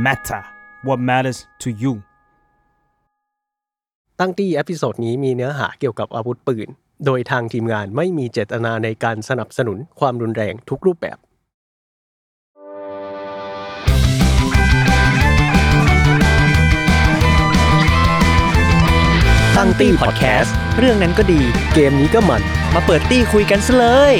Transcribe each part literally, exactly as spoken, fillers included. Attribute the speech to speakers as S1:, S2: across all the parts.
S1: matter what matters to you
S2: ตั้งตี้เอพิโซดนี้มีเนื้อหาเกี่ยวกับอาวุธปืนโดยทางทีมงานไม่มีเจตนาในการสนับสนุนความรุนแรงทุกรูปแบบตั้งตี้พอดแคสต์เรื่องนั้นก็ดีเกมนี้ก็มันมาเปิดตี้คุยกันซะเลย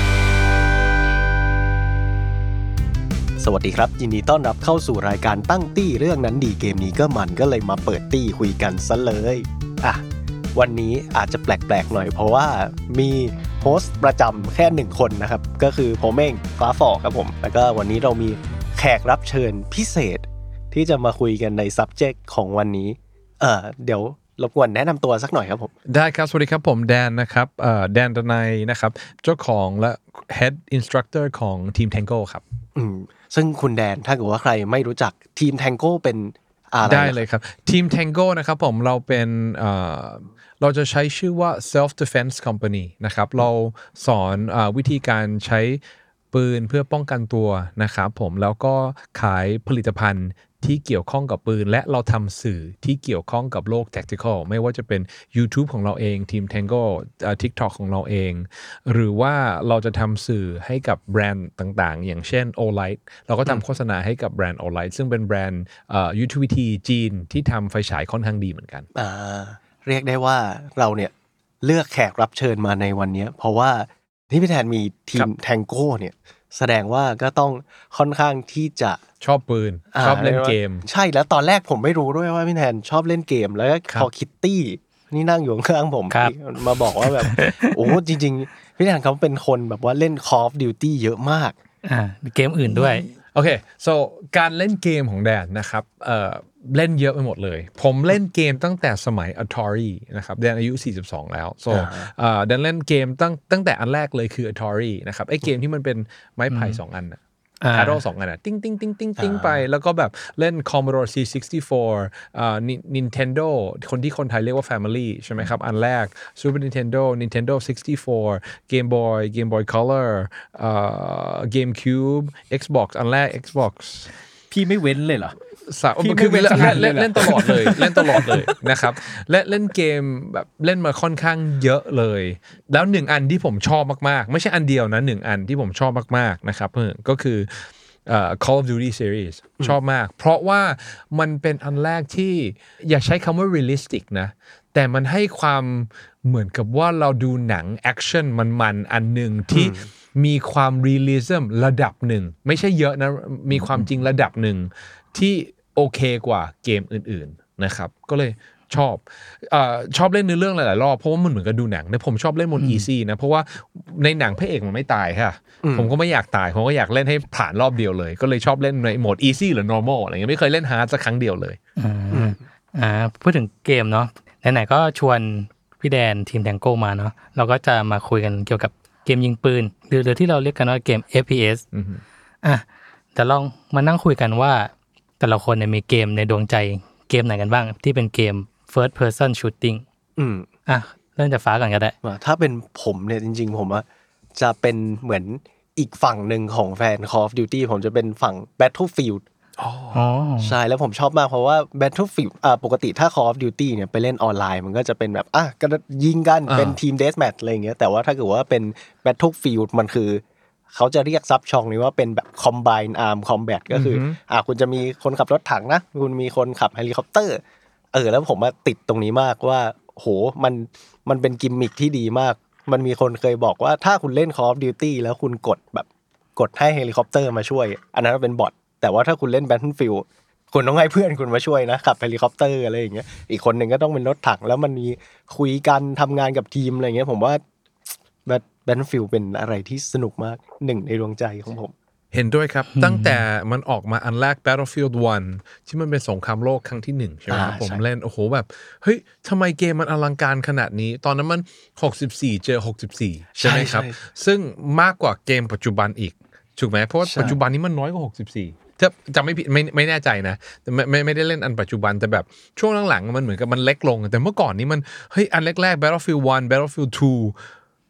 S2: สวัสดีครับยินดีต้อนรับเข้าสู่รายการตั้งตี้เรื่องนั้นดีเกมนี้ก็มันก็เลยมาเปิดตี้คุยกันซะเลยอ่ะวันนี้อาจจะแปลกๆหน่อยเพราะว่ามีโฮสต์ประจำแค่หนึ่งคนนะครับก็คือผมเองฟ้าฝอครับผมแล้วก็วันนี้เรามีแขกรับเชิญพิเศษที่จะมาคุยกันใน subject ของวันนี้เอ่อเดี๋ยวรบกวนแนะนำตัวสักหน่อยครับผม
S3: ได้ครับสวัสดีครับผมแดนนะครับเอ่อแดนดนัยนะครับเจ้าของและ Head Instructor ของทีม Tango ครับ
S2: อืมซึ่งคุณแดนถ้าเกิดว่าใครไม่รู้จักทีม Tango เป็นอะไร
S3: ได้เลยครับทีม Tango นะครับผมเราเป็นเอ่อเราจะใช้ชื่อว่า Self Defense Company นะครับเราสอนเอ่อวิธีการใช้ปืนเพื่อป้องกันตัวนะครับผมแล้วก็ขายผลิตภัณฑ์ที่เกี่ยวข้องกับปืนและเราทำสื่อที่เกี่ยวข้องกับโลก Tactical ไม่ว่าจะเป็น YouTube ของเราเองทีม Tango เอ่อ TikTok ของเราเองหรือว่าเราจะทำสื่อให้กับแบรนด์ต่างๆอย่างเช่น Olight เราก็ทำโฆษณาให้กับแบรนด์ Olight ซึ่งเป็นแบรนด์เอ่อยุทธวิธีจีนที่ทำไฟฉายค่อนข้างดีเหมือนกัน
S2: อ่าเรียกได้ว่าเราเนี่ยเลือกแขกรับเชิญมาในวันนี้เพราะว่าที่พี่แทนมีทีม Tango เนี่ยแสดงว่าก็ต้องค่อนข้างที่จะ
S3: ชอบปืนชอบเล่นเกม
S2: ใช่แล้วตอนแรกผมไม่รู้ด้วยว่าพี่แทนชอบเล่นเกมแล้วก็พอคิตตี้นี่นั่งอยู่ข้างๆผมมาบอกว่าแบบโอ้จริงๆพี่แทนเขาเป็นคนแบบว่าเล่น Call of Duty เยอะมาก
S4: อ่าเกมอื่นด้วย
S3: โอเค so การเล่นเกมของแดนนะครับเอ่อเล่นเยอะไปหมดเลยผมเล่นเกมตั้งแต่สมัย Atari นะครับแดนอายุสี่สิบสองแล้ว so เอ่อแดนเล่นเกมตั้งตั้งแต่อันแรกเลยคือ Atari นะครับไอ้เกมที่มันเป็นไม้ไผ่สองอันน่ะPaddle สองอันน่ะติ๊งติ๊งติ๊งติ๊งติ๊งไปแล้วก็แบบเล่น Commodore ซี ซิกซ์ตี้โฟร์อ่า Nintendo คนที่คนไทยเรียกว่า Family ใช่ไหมครับอันแรก Super Nintendo Nintendo ซิกซ์ตี้โฟร์ Game Boy Game Boy Color อ่า GameCube Xbox อันแรก Xbox
S1: พี่ไม่เว้นเลยเหรอ
S3: คือเล่นเล่นเล่นตลอดเลยเล่นตลอดเลยนะครับและเล่นเกมแบบเล่นมาค่อนข้างเยอะเลยแล้วหนึ่งอันที่ผมชอบมากๆไม่ใช่อันเดียวนะหนึ่งอันที่ผมชอบมากๆนะครับก็คือเอ่อ Call of Duty Series ชอบมากเพราะว่ามันเป็นอันแรกที่อย่าใช้คำว่า realistic นะแต่มันให้ความเหมือนกับว่าเราดูหนังแอคชั่นมันๆอันหนึ่งที่มีความ realism ระดับหนึ่งไม่ใช่เยอะนะมีความจริงระดับหนึ่งที่โอเคกว่าเกมอื่นๆนะครับก็เลยชอบเอ่อชอบเล่นในเรื่องหลายๆรอบเพราะว่ามันเหมือนกับดูหนังแต่ผมชอบเล่นโหมด easy นะเพราะว่าในหนังพระเอกมันไม่ตายค่ะผมก็ไม่อยากตายผมก็อยากเล่นให้ผ่านรอบเดียวเลยก็เลยชอบเล่นในโหมด easy หรือ normal อะไรเงี้ยไม่เคยเล่น hard สักครั้งเดียวเลย
S4: อ่าพูดถึงเกมเนาะไหนๆก็ชวนพี่แดนทีม Tango มาเนาะเราก็จะมาคุยกันเกี่ยวกับเกมยิงปืนหรือหรือที่เราเรียกกันว่าเกม เอฟ พี เอส อ่ะแต่ลองมานั่งคุยกันว่าแต่ละคนเนี่ยมีเกมในดวงใจเกมไหนกันบ้างที่เป็นเกม first person shooting
S2: อืม
S4: อ่ะเริ่มจากฟ้าก่อนก็ได้
S2: ถ้าเป็นผมเนี่ยจริงๆผมว่าจะเป็นเหมือนอีกฝั่งหนึ่งของแฟน Call of Duty ผมจะเป็นฝั่ง Battlefield
S4: อ๋อ
S2: ใช่แล้วผมชอบมากเพราะว่า Battlefield อ่าปกติถ้า Call of Duty เนี่ยไปเล่นออนไลน์มันก็จะเป็นแบบอ่ะก็ยิงกันเป็นทีม Deathmatch อะไรอย่างเงี้ยแต่ว่าถ้าเกิดว่าเป็น Battlefield มันคือเขาจะเรียกซับช่องนี้ว่าเป็นแบบ Combine Arm Combat ก็คืออ่ะคุณจะมีคนขับรถถังนะคุณมีคนขับเฮลิคอปเตอร์เออแล้วผมมาติดตรงนี้มากว่าโหมันมันเป็นกิมมิคที่ดีมากมันมีคนเคยบอกว่าถ้าคุณเล่น Call of Duty แล้วคุณกดแบบกดให้เฮลิคอปเตอร์มาช่วยอันนั้นเป็นบอทแต่ว่าถ้าคุณเล่น Battlefield คุณต้องให้เพื่อนคุณมาช่วยนะขับเฮลิคอปเตอร์อะไรอย่างเงี้ยอีกคนนึงก็ต้องเป็นรถถังแล้วมันมีคุยกันทำงานกับทีมอะไรเงี้ยผมว่าBattlefield เป็นอะไรที่สนุกมากหนึ่งในดวงใจของผม
S3: เห็นด้วยครับตั้งแต่มันออกมาอันแรก Battlefield วันที่มันเป็นสงครามโลกครั้งที่หนึ่งใช่ไหมครับผมเล่นโอ้โหแบบเฮ้ยทำไมเกมมันอลังการขนาดนี้ตอนนั้นมันหกสิบสี่เจอหกสิบสี่ใช่ไหมครับซึ่งมากกว่าเกมปัจจุบันอีกถูกไหมเพราะว่าปัจจุบันนี้มันน้อยกว่าหกสิบสี่ถ้าจำไม่ผิดไม่ไม่แน่ใจนะแต่ไม่ไม่ไม่ได้เล่นอันปัจจุบันแต่แบบช่วงหลังๆมันเหมือนกับมันเล็กลงแต่เมื่อก่อนนี้มันเฮ้ยอันแรกๆ Battlefield วัน Battlefield ทู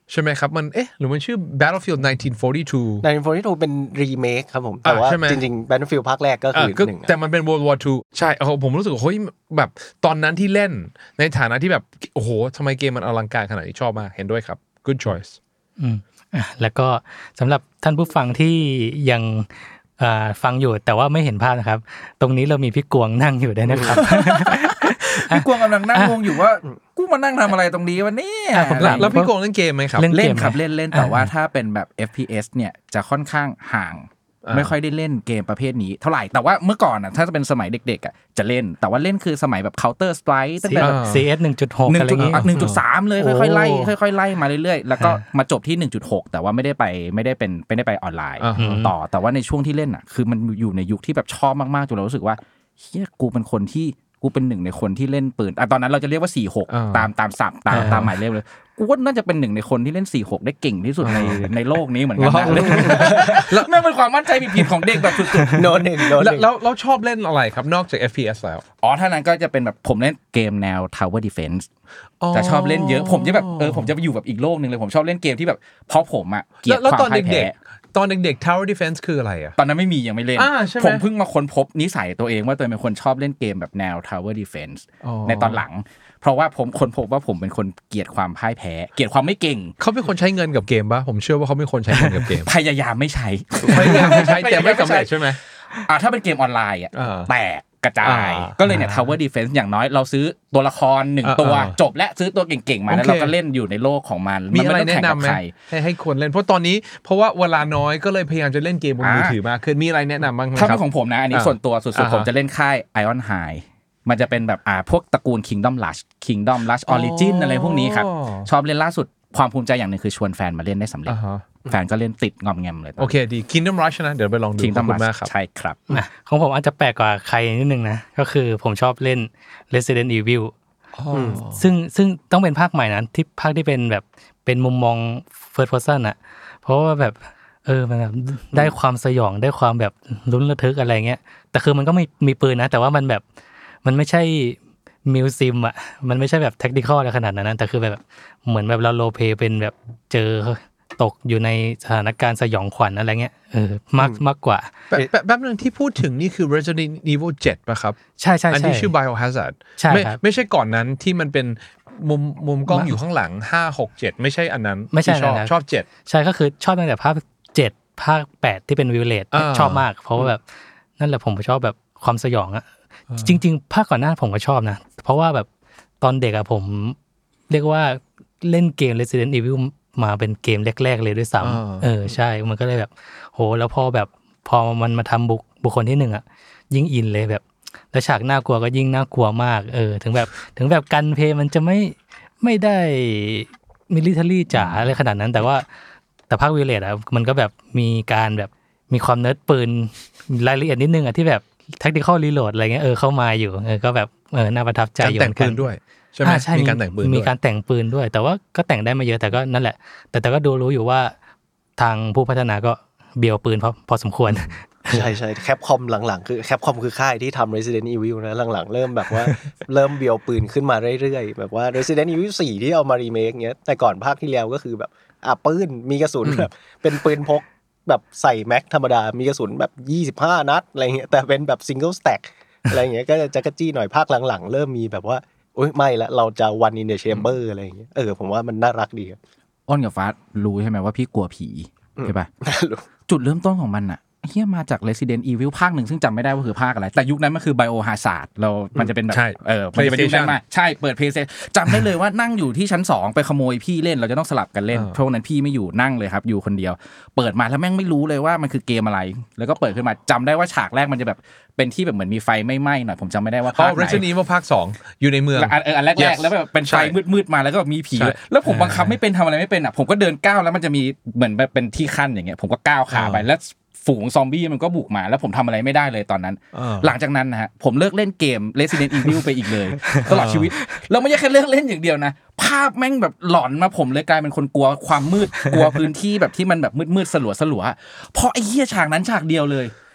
S3: ใช่ไหมครับมันเอ๊ะหรือมันชื่อ Battlefield หนึ่งพันเก้าร้อยสี่สิบสอง
S2: หนึ่งพันเก้าร้อยสี่สิบสองเป็นรีเมคครับผมแต่ว่า
S3: อ่ะใช่ไหม
S2: จริงๆ Battlefield ภาคแรกก็คือ
S3: ก็
S2: หนึ่ง
S3: แต่มันเป็น World War ทูใช่เออผมรู้สึกว่าเฮ้ยแบบตอนนั้นที่เล่นในฐานะที่แบบโอ้โหทำไมเกมมันอลังการขนาดนี้ชอบมากเห็นด้วยครับ good choice
S4: อืมอ่ะแล้วก็สำหรับท่านผู้ฟังที่ยังอ่าฟังอยู่แต่ว่าไม่เห็นภาพนะครับตรงนี้เรามีพี่กวงนั่งอยู่ด้วยนะครับ
S5: พี่กวงกำลังนั่งงงอยู่ว่ากูมานั่งทำอะไรตรงนี้วันนี้
S3: แล้วแล้วพี่โกงเล่นเกมไหมครับ
S4: เล่น
S5: เล่นครับเล่นเล่นแต่ว่าถ้าเป็นแบบ เอฟ พี เอส เนี่ยจะค่อนข้างห่างไม่ค่อยได้เล่นเกมประเภทนี้เท่าไหร่แต่ว่าเมื่อก่อนอ่ะถ้าจะเป็นสมัยเด็กๆอ่ะจะเล่นแต่ว่าเล่นคือสมัยแบบ Counter Strike ตั้งแต่แบบ
S4: ซี เอส หนึ่งจุดหก
S5: หนึ่
S4: อะ
S5: ง
S4: ไร
S5: จุด
S4: อย่างงี้
S5: หนึ่งจุดสามเลยค่อยๆไล่
S4: โอ้
S5: ค่อยๆไล่มาเรื่อยๆแล้วก็มาจบที่หนึ่งจุดหกแต่ว่าไม่ได้ไปไม่ได้เป็นไม่ได้ไปออนไลน์
S3: อ่าฮะ
S5: ต่อแต่ว่าในช่วงที่เล่นอ่ะคือมันอยู่ในยุคที่แบบชอบมากๆจนเรารู้สึกว่าเฮียกูเป็นคนที่กูเป็นหนึ่งในคนที่เล่นปืนอ่ะตอนนั้นเราจะเรียกว่าสี่หก
S3: อ่า
S5: ตามตามศัพท์ตาม
S4: อ่า
S5: ตามหมายเลขเลยกูว่าน่าจะเป็นหนึ่งในคนที่เล่นสี่หกได้เก่งที่สุดในในโลกนี้เหมือนกันนะแล้วนั่นเป็นความมั่นใจผิดๆของเด็กแบบสุดๆ
S2: โนหนึ่งโนห
S3: แล้ว
S2: นึ่ง
S3: แล้วแล้วชอบเล่นอะไรครับนอกจาก เอฟ พี เอส แล้ว
S5: อ๋อถ้านั้นก็จะเป็นแบบผมเล่นเกมแนว Tower Defense จะชอบเล่นเยอะผมจะแบบเออผมจะไปอยู่แบบอีกโลกนึงเลยผมชอบเล่นเกมที่แบบเพราะผมอ่ะเกลียด
S3: แล้ว
S5: ความ
S3: ตอน
S5: พ่าย
S3: เด็
S5: แพ้
S3: กๆตอนเด็กๆ Tower Defense คืออะไรอ่ะ
S5: ตอนนั้นไม่มียังไม่เล่น
S3: อ่าใช่ไหม
S5: ผมเพิ่งมาค้นพบนิสัยตัวเองว่าตัวเองเป็นคนชอบเล่นเกมแบบแนว Tower Defense
S3: อ๋อ
S5: ในตอนหลัง เพราะว่าผมค้นพบว่าผมเป็นคนเกลียดความพ่ายแพ้เกลียดความไม่เก่ง
S3: เขาเป็นคนใช้เงินกับเกมป่ะผมเชื่อว่าเขาเป็นคนใช้เงินกับเกม
S5: พยายามไม่ใช้
S3: พยายามไม่ใช้แต่ไม่สำเร็จใช่ไหม
S5: อ่าถ้าเป็นเกมออนไลน์อ่ะ
S3: อ่า
S5: แตกกระจาย
S3: อ่า
S5: ก็เลยเนี่ย Tower Defense อย่างน้อยเราซื้อตัวละครหนึ่ง
S3: อ่า
S5: ตัว
S3: อ่า
S5: จบและซื้อตัวเก่งๆมาแล้ว
S3: โอเค
S5: เราก็เล่นอยู่ในโลกของมัน
S3: มี
S5: มัน
S3: อะไร
S5: ไม่ต้อง
S3: แนะ
S5: แข่งกับ
S3: นำไหม
S5: ใคร
S3: ให้ให้คนเล่นเพราะตอนนี้เพราะว่าเวลาน้อยก็เลยพยายามจะเล่นเกมบนมือถือมากขึ้นมีอะไรแนะนำบ้างไหม
S5: ถ้า
S3: ค
S5: เป็
S3: รับ
S5: นของผมนะอันนี้
S3: อ่า
S5: ส่วนตัวสุด
S3: อ่า
S5: ๆ
S3: ฮะ
S5: ผมจะเล่นค่าย Ion High มันจะเป็นแบบอ่าพวกตระกูล Kingdom Rush Kingdom Rush Origin อะไรพวกนี้ครับชอบเล่นล่าสุดความภูมิใจอย่างหนึงคือชวนแฟนมาเล่นได้สำเร็จ
S3: อ่าฮะ
S5: แฟนก็เล่นติดงอมแงมเลยตน
S3: โอเคดี Kingdom Rush นะเดี๋ยวไปลองดูขอบ
S5: Kingdom
S3: คุณ
S5: Rush
S3: มากครับ
S5: ใช่ครับ
S4: อ่ะของผมอาจจะแปลกกว่าใครนิดนึงนะก็คือผมชอบเล่น Resident Evil ซึ่งซึ่งต้องเป็นภาคใหม่นะที่ภาคที่เป็นแบบเป็นมุมมอง first person อ่ะเพราะว่าแบบเออมันแบบได้ความสยองได้ความแบบลุ้นระทึกอะไรเงี้ยแต่คือมันก็ไม่มีปืนนะแต่ว่ามันแบบมันไม่ใช่มิวซิมอ่ะมันไม่ใช่แบบแท็กติคอลอะไรขนาดนั้นนะแต่คือแบบเหมือนแบบเราโรลเพลย์เป็นแบบเจอตกอยู่ในสถานการณ์สยองขวัญอะไรเงี้ยเออมากมากกว่า
S3: แป๊บแป๊บแป๊บนึงที่พูดถึงนี่คือ Resident Evil เจ็ดป่ะครับ
S4: ใช่ใช่
S3: อัน
S4: ใช่
S3: ที่ชื่อ Biohazard
S4: ใช่
S3: ไม่
S4: ครับ
S3: ไม่ใช่ก่อนนั้นที่มันเป็นมุมมุมกล้องอยู่ข้างหลังห้า หก เจ็ดไม่ใช่อันนั้น
S4: ไม่ใช่
S3: ที่ชอบ
S4: อันนั้น
S3: ชอบเจ็ด
S4: ใช่ก็คือชอบตั้งแต่ภาคเจ็ดภาคแปดที่เป็นวิลเลจ
S3: อ่า
S4: ชอบมาก เพราะว่าแบบนั่นแหละผมชอบแบบความสยองอะจริง ๆ ภาคก่อนหน้าผมก็ชอบนะ เพราะว่าแบบตอนเด็กอะผมเรียกว่าเล่นเกม Resident Evil มาเป็นเกมแรกๆเลยด้วยซ้ำเออใช่มันก็เลยแบบโหแล้วพอแบบพอมันมาทำบุคบุคคลที่หนึ่งอะยิ่งอินเลยแบบแล้วฉากน่ากลัวก็ยิ่งน่ากลัวมากเออถึงแบบถึงแบบกันเพลย์มันจะไม่ไม่ได้มิลิเทอรี่จ๋าอะไรขนาดนั้นแต่ว่า แต่ภาควิลเลจอะมันก็แบบมีการแบบมีความเนิร์ดปืนรายละเอียดนิดนึงอะที่แบบ tactical reload อะไรเงี้ยเออเข้ามาอยู่เออก็แบบเออน่าประทับใจ
S3: การ
S4: อยู่
S3: แต่งปืนด้วยใช่ไหม
S4: อ่าใช่
S3: มีการแต่งปืนด้วย
S4: มีการแต่งปืนด้วย แต่ว่าก็แต่งได้ไม่เยอะแต่ก็นั่นแหละ แต่แต่ก็ดูรู้อยู่ว่าทางผู้พัฒนาก็เบียวปืนพอพอสมควร
S2: ใช่ใช่แคปคอมหลังๆคือแคปคอมคือค่ายที่ทำ Resident Evil นะหลังๆเริ่มแบบว่า เริ่มเบียวปืนขึ้นมาเรื่อยๆแบบว่า Resident Evil สี่ที่เอามารีเมคเงี้ยแต่ก่อนภาคที่แล้วก็คือแบบอ่ะปืนมีกระสุนแบบเป็นปืนพกแบบใส่แม็กธรรมดามีกระสุนแบบยี่สิบห้านัดอะไรเงี้ยแต่เป็นแบบซิงเกิลสแต็กอะไรเงี้ยก็จะกระจี้หน่อยภาคหลังๆเริ่มมีแบบว่าโอ๊ยไม่ละเราจะ one in the chamber อะไรเงี้ยเออผมว่ามันน่ารักดีครับ
S5: อ้นกับฟ้ารู้ใช่ไหมว่าพี่กลัวผีใช่ป่ะจุดเริ่มต้นของมันอะเฮียมาจาก Resident Evil ภาคหนึ่งซึ่งจำไม่ได้ว่าคือภาคอะไรแต่ยุคนั้นมันคือ Biohazard เรามันจะเป็นแบบ
S3: ใช่
S5: เออมันจะเป็นยุคนั้นมาใช่เปิด PlayStation จำได้เลยว่านั่งอยู่ที่ชั้นสองไปขโมยพี่เล่นเราจะต้องสลับกันเล่นเพราะนั้นพี่ไม่อยู่นั่งเลยครับอยู่คนเดียวเปิดมาแล้วแม่งไม่รู้เลยว่ามันคือเกมอะไรแล้วก็เปิดขึ้นมาจำได้ว่าฉากแรกมันจะแบบเป็นที่แบบเหมือนมีไฟไม่ไหม้หน่อยผมจำไม่ได้ว่า
S3: อ๋อ
S5: ภาคไหน
S3: Resident Evil ภาคสองอยู่ในเมือง
S5: อันเอออันแรก
S3: Yes
S5: ๆแล้วแบบเป็นไฟ
S3: ใช่
S5: มืดๆมาแล้วก็แบบมีผี
S3: ใช่
S5: แล้วผมบังคับไม่เป็นทำอะไรไม่เป็นอ่ะผมก็เดินก้าวแล้วมันจะมีเหมือนแบบเป็นที่ขั้นอย่างเงี้ยผมก็ก้าวขาไปแล้วฝูงซอมบี้มันก็บุกมาแล้วผมทำอะไรไม่ได้เลยตอนนั้น หลังจากนั้นนะฮะผมเลิกเล่นเกม Resident Evil ไปอีกเลยตลอดชีวิตแล้วไม่ใช่แค่เลิกเล่นอย่างเดียวนะภาพแม่งแบบหลอนมาผมเลยกลายเป็นคนกลัวความมืดกลัวพื้นที่แบบที่มันแบบมืดๆสลัวๆเพราะไอ้เหี้ยฉากนั้นฉากเดียวเลย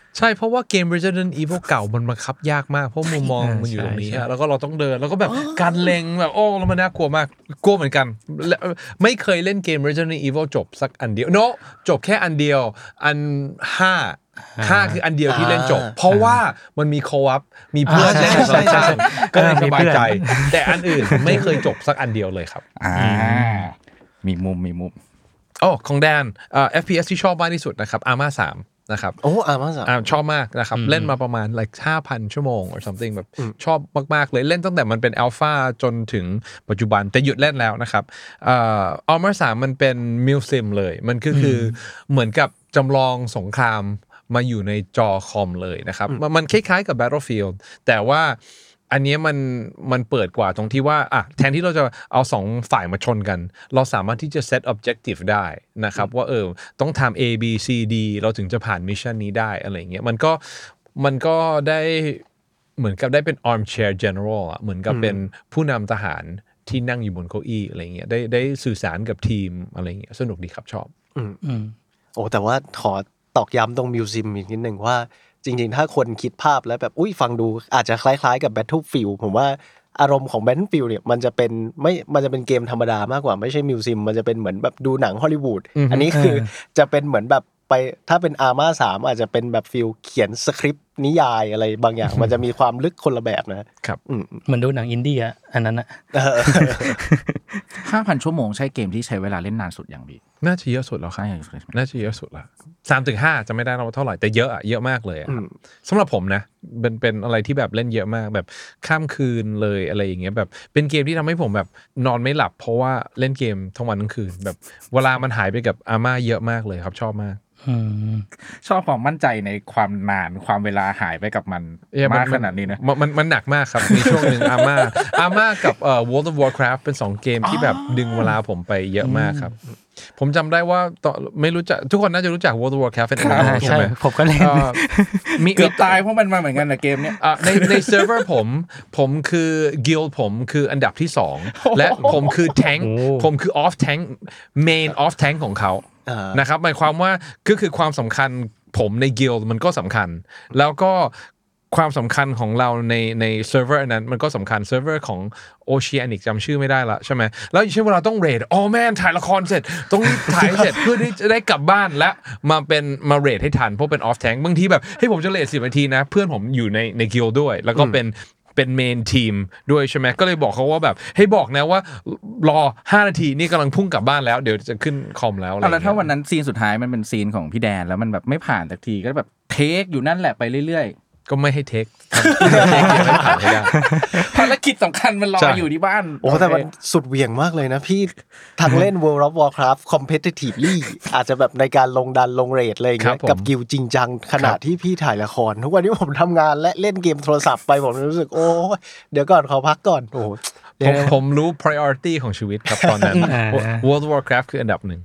S3: ใช่เพราะว่าเกม Resident Evil เก่ามันบังคับยากมากเพราะมุมมองมันอยู่ตรงนี้อะแล้วก็เราต้องเดินแล้วก็แบบการเล็งแบบโอ้แล้วมันน่ากลัวมากกลัวเหมือนกันไม่เคยเล่นเกม Resident Evil จบสักอันเดียวโนจบแค่อันเดียวอันห้าห้าคืออันเดียวที่เล่นจบเพราะว่ามันมีโคอัพมีเพื่อนเล่นสองข้างก็เลยสบายใจแต่อันอื่นไม่เคยจบสักอันเดียวเลยครับ
S5: อ่ามีมุมมีมุม
S3: อ๋อของแดนเอ่อ เอฟ พี เอส ที่ชอบมากที่สุดนะครับ Arma สามนะครับ
S2: โอ้อาร์มาสาม
S3: อ่าชอบมากนะครับเล่นมาประมาณ like ห้าพัน ชั่วโมง or something แบบชอบมากๆเลยเล่นตั้งแต่มันเป็นอัลฟาจนถึงปัจจุบันแต่หยุดเล่นแล้วนะครับเอ่อ Arma สามมันเป็นมิวซิมเลยมันก็คือเหมือนกับจำลองสงครามมาอยู่ในจอคอมเลยนะครับมันคล้ายๆกับ Battlefield แต่ว่าอันนี้มันมันเปิดกว่าตรงที่ว่าอ่ะแทนที่เราจะเอาสองฝ่ายมาชนกันเราสามารถที่จะ set objective ได้นะครับว่าเออต้องทำ A B C D เราถึงจะผ่านมิชชั่นนี้ได้อะไรเงี้ยมันก็มันก็ได้เหมือนกับได้เป็น armchair general อ่ะเหมือนกับเป็นผู้นำทหารที่นั่งอยู่บนเก้าอี้อะไรเงี้ยได้ได้สื่อสารกับทีมอะไรเงี้ยสนุกดีครับชอบ
S2: อืมอืมโอ้แต่ว่าขอตอกย้ำตรงมิวซิมอีกนิดนึงว่าจริงๆถ้าคนคิดภาพแล้วแบบอุ้ยฟังดูอาจจะคล้ายๆกับ Battlefield ผมว่าอารมณ์ของ Battlefield เนี่ยมันจะเป็นไม่มันจะเป็นเกมธรรมดามากกว่าไม่ใช่มิวซิมมันจะเป็นเหมือนแบบดูหนังฮอลลีวูดอันนี้คือจะเป็นเหมือนแบบไปถ้าเป็น Arma สามอาจจะเป็นแบบฟีลเขียนสคริปต์นิยายอะไรบางอย่างมันจะมีความลึกคนละแบบนะครับ
S4: เหมือนดูหนังอินดี้อ่ะอันนั้นน่ะ
S5: ห้าพัน ชั่วโมงใช่เกมที่ใช้เวลาเล่นนานสุดอย่างดี
S3: น่าจะเยอะสุดแล้วครับน่าจะเยอะสุดละ สามถึงห้า จะไม่ได้เท่าไหร่แต่เยอะอ่ะเยอะมากเลยอ่ะสำหรับผมนะเป็นเป็นอะไรที่แบบเล่นเยอะมากแบบข้ามคืนเลยอะไรอย่างเงี้ยแบบเป็นเกมที่ทำให้ผมแบบนอนไม่หลับเพราะว่าเล่นเกมทั้งวันทั้งคืนแบบเวลามันหายไปกับอาม่าเยอะมากเลยครับชอบมาก
S5: ชอบความมั่นใจในความนานความเวลาหายไปกับมันมากขนาดนี้นะ
S3: มันมันหนักมากครับมีช่วงนึงอาม่าอาม่ากับเอ่อ World of Warcraft เป็นสองเกมที่แบบดึงเวลาผมไปเยอะมากครับผมจำได้ว่าไม่รู้จักทุกคนน่าจะรู้จัก World of Warcraft เป็นอะไรใช่ไหม
S4: ผมก็เล่น
S5: มีเกือบตายเพราะมันมาเหมือนกันนะเกมเนี้ย
S3: ในในเซิร์ฟเวอร์ผมผมคือกิลด์ผมคืออันดับที่สองและผมคือแทงค์ผมคือออฟแทงค์เมนออฟแทงค์ของเขานะครับหมายความว่าก็คือความสำคัญผมในกิลด์มันก็สำคัญแล้วก็ความสำคัญของเราในในเซิร์ฟเวอร์นั้นมันก็สำคัญเซิร์ฟเวอร์ของโอเชียนิกจำชื่อไม่ได้ละใช่ไหมแล้วใช่เวลาต้องเรดอ๋อแม่ถ่ายละครเสร็จต้องถ่ายเสร็จเพื่อที่จะได้กลับบ้านและมาเป็นมาเรดให้ทันเพราะเป็นออฟแทงค์บางทีแบบให้ผมจะเรดสิบนาทีนะเพื่อนผมอยู่ในในกิลด์ด้วยแล้วก็เป็นเป็นเมนทีมด้วยใช่ไหมก็เลยบอกเขาว่าแบบให้บอกนะว่ารอห้านาทีนี่กำลังพุ่งกลับบ้านแล้วเดี๋ยวจะขึ้นคอมแล้วอะไร
S5: แล้วถ้าวันนั้นซีนสุดท้ายมันเป็นซีนของพี่แดนแล้วมันแบบไม่ผ่านสักทีก็แบบเทคอยู่นั่นแหละไปเรื่อยๆ
S3: ก็ไม่ให้เทคเทคไม่ผ่านให้ได้
S5: ภารกิจสำคัญมันรออยู่ที่บ้าน
S2: โอ้แต่มันสุดเหวี่ยงมากเลยนะพี่ทางเล่น World of Warcraft competitively อาจจะแบบในการลงดันลงเรทอะไรอย่างเงี้ยกับกิลจริงจังขณะที่พี่ถ่ายละครทุกวันนี้ผมทำงานและเล่นเกมโทรศัพท์ไปผมรู้สึกโอ้เดี๋ยวก่อนขอพักก่อนโอ้
S3: ผมผมรู้ priority ของชีวิตครับตอนนั้น World of Warcraft คืออันดับหนึ่ง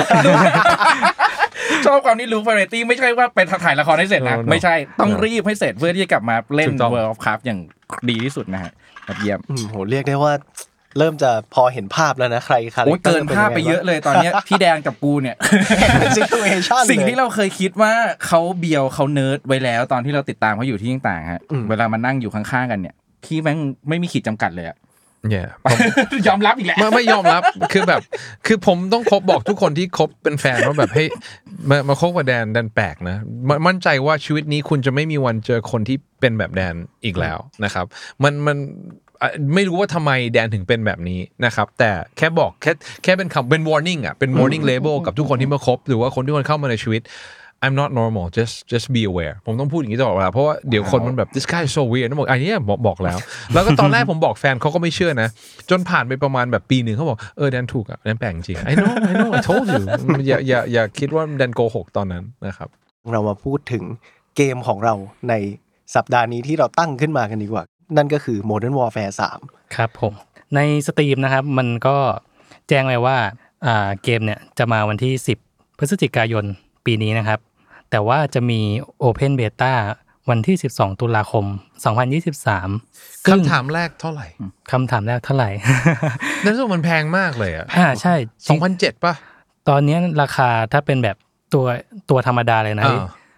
S5: ชอบความนี้รู้ variety ไม่ใช่ว่าไปถ่ายละครให้เสร็จนะไม่ใช่ต้องรีบให้เสร็จเพื่อที่จะกลับมาเล่น World of Warcraft อย่างดีที่สุดนะฮะแบบเยี่ยม
S2: โหเรียกได้ว่าเริ่มจะพอเห็นภาพแล้วนะใครคาแรค
S5: เตอร์เกินภาพไปเยอะเลยตอนนี้พี่แดงกับกูเนี่ย
S2: situation
S5: สิ่งที่เราเคยคิดว่าเขาเบียวเขาเนิร์ดไว้แล้วตอนที่เราติดตามเขาอยู่ที่ต่างๆฮะเวลามานั่งอยู่ข้างๆกันเนี่ยพี่แม่งไม่มีขีดจำกัดเลยอะ
S3: เนี่ย
S5: ยอมรับอีกแล้ว
S3: ไม่ไม่ยอมรับคือแบบคือผมต้องคบบอกทุกคนที่คบเป็นแฟนว่าแบบให้มามาคบกับแดนแดนแปลกนะมั่นใจว่าชีวิตนี้คุณจะไม่มีวันเจอคนที่เป็นแบบแดนอีกแล้วนะครับมันมันไม่รู้ว่าทำไมแดนถึงเป็นแบบนี้นะครับแต่แค่บอกแค่แค่เป็นคำเป็น warning อ่ะเป็น warning label กับทุกคนที่มาคบหรือว่าคนที่มันเข้ามาในชีวิตI'm not normal just just be aware ผมต้องพูดอย่างนี้ตลอดเวลาเพราะว่าเดี๋ยวคนมันแบบ this guy is so weird นะบอกอันนี้บอกบอกแล้วแล้วก็ตอนแรกผมบอกแฟนเขาก็ไม่เชื่อนะจนผ่านไปประมาณแบบปีหนึ่งเขาบอกเออแดนถูกอ่ะแดนแปลกจริง I know I know I told you อย่าอย่าอย่าคิดว่าแดนโกหกตอนนั้นนะครับ
S2: เรามาพูดถึงเกมของเราในสัปดาห์นี้ที่เราตั้งขึ้นมากันดีกว่านั่นก็คือ Modern Warfare สาม
S4: ครับผมใน Steam นะครับมันก็แจ้งไว้ว่าอ่าเกมเนี่ยจะมาวันที่สิบพฤศจิกายนปีนี้นะครับแต่ว่าจะมี Open Beta วันที่สิบสองตุลาคมสองพันยี่สิบสาม
S3: คำถามแรกเท่าไหร่
S4: คำถามแรกเท่าไหร่
S3: นั่นมันแพงมากเลยอ่ะ
S4: อ่าใช่
S3: สองพันเจ็ด ป่ะ
S4: ตอนนี้ราคาถ้าเป็นแบบตัวตัวธรรมดาเลยนะ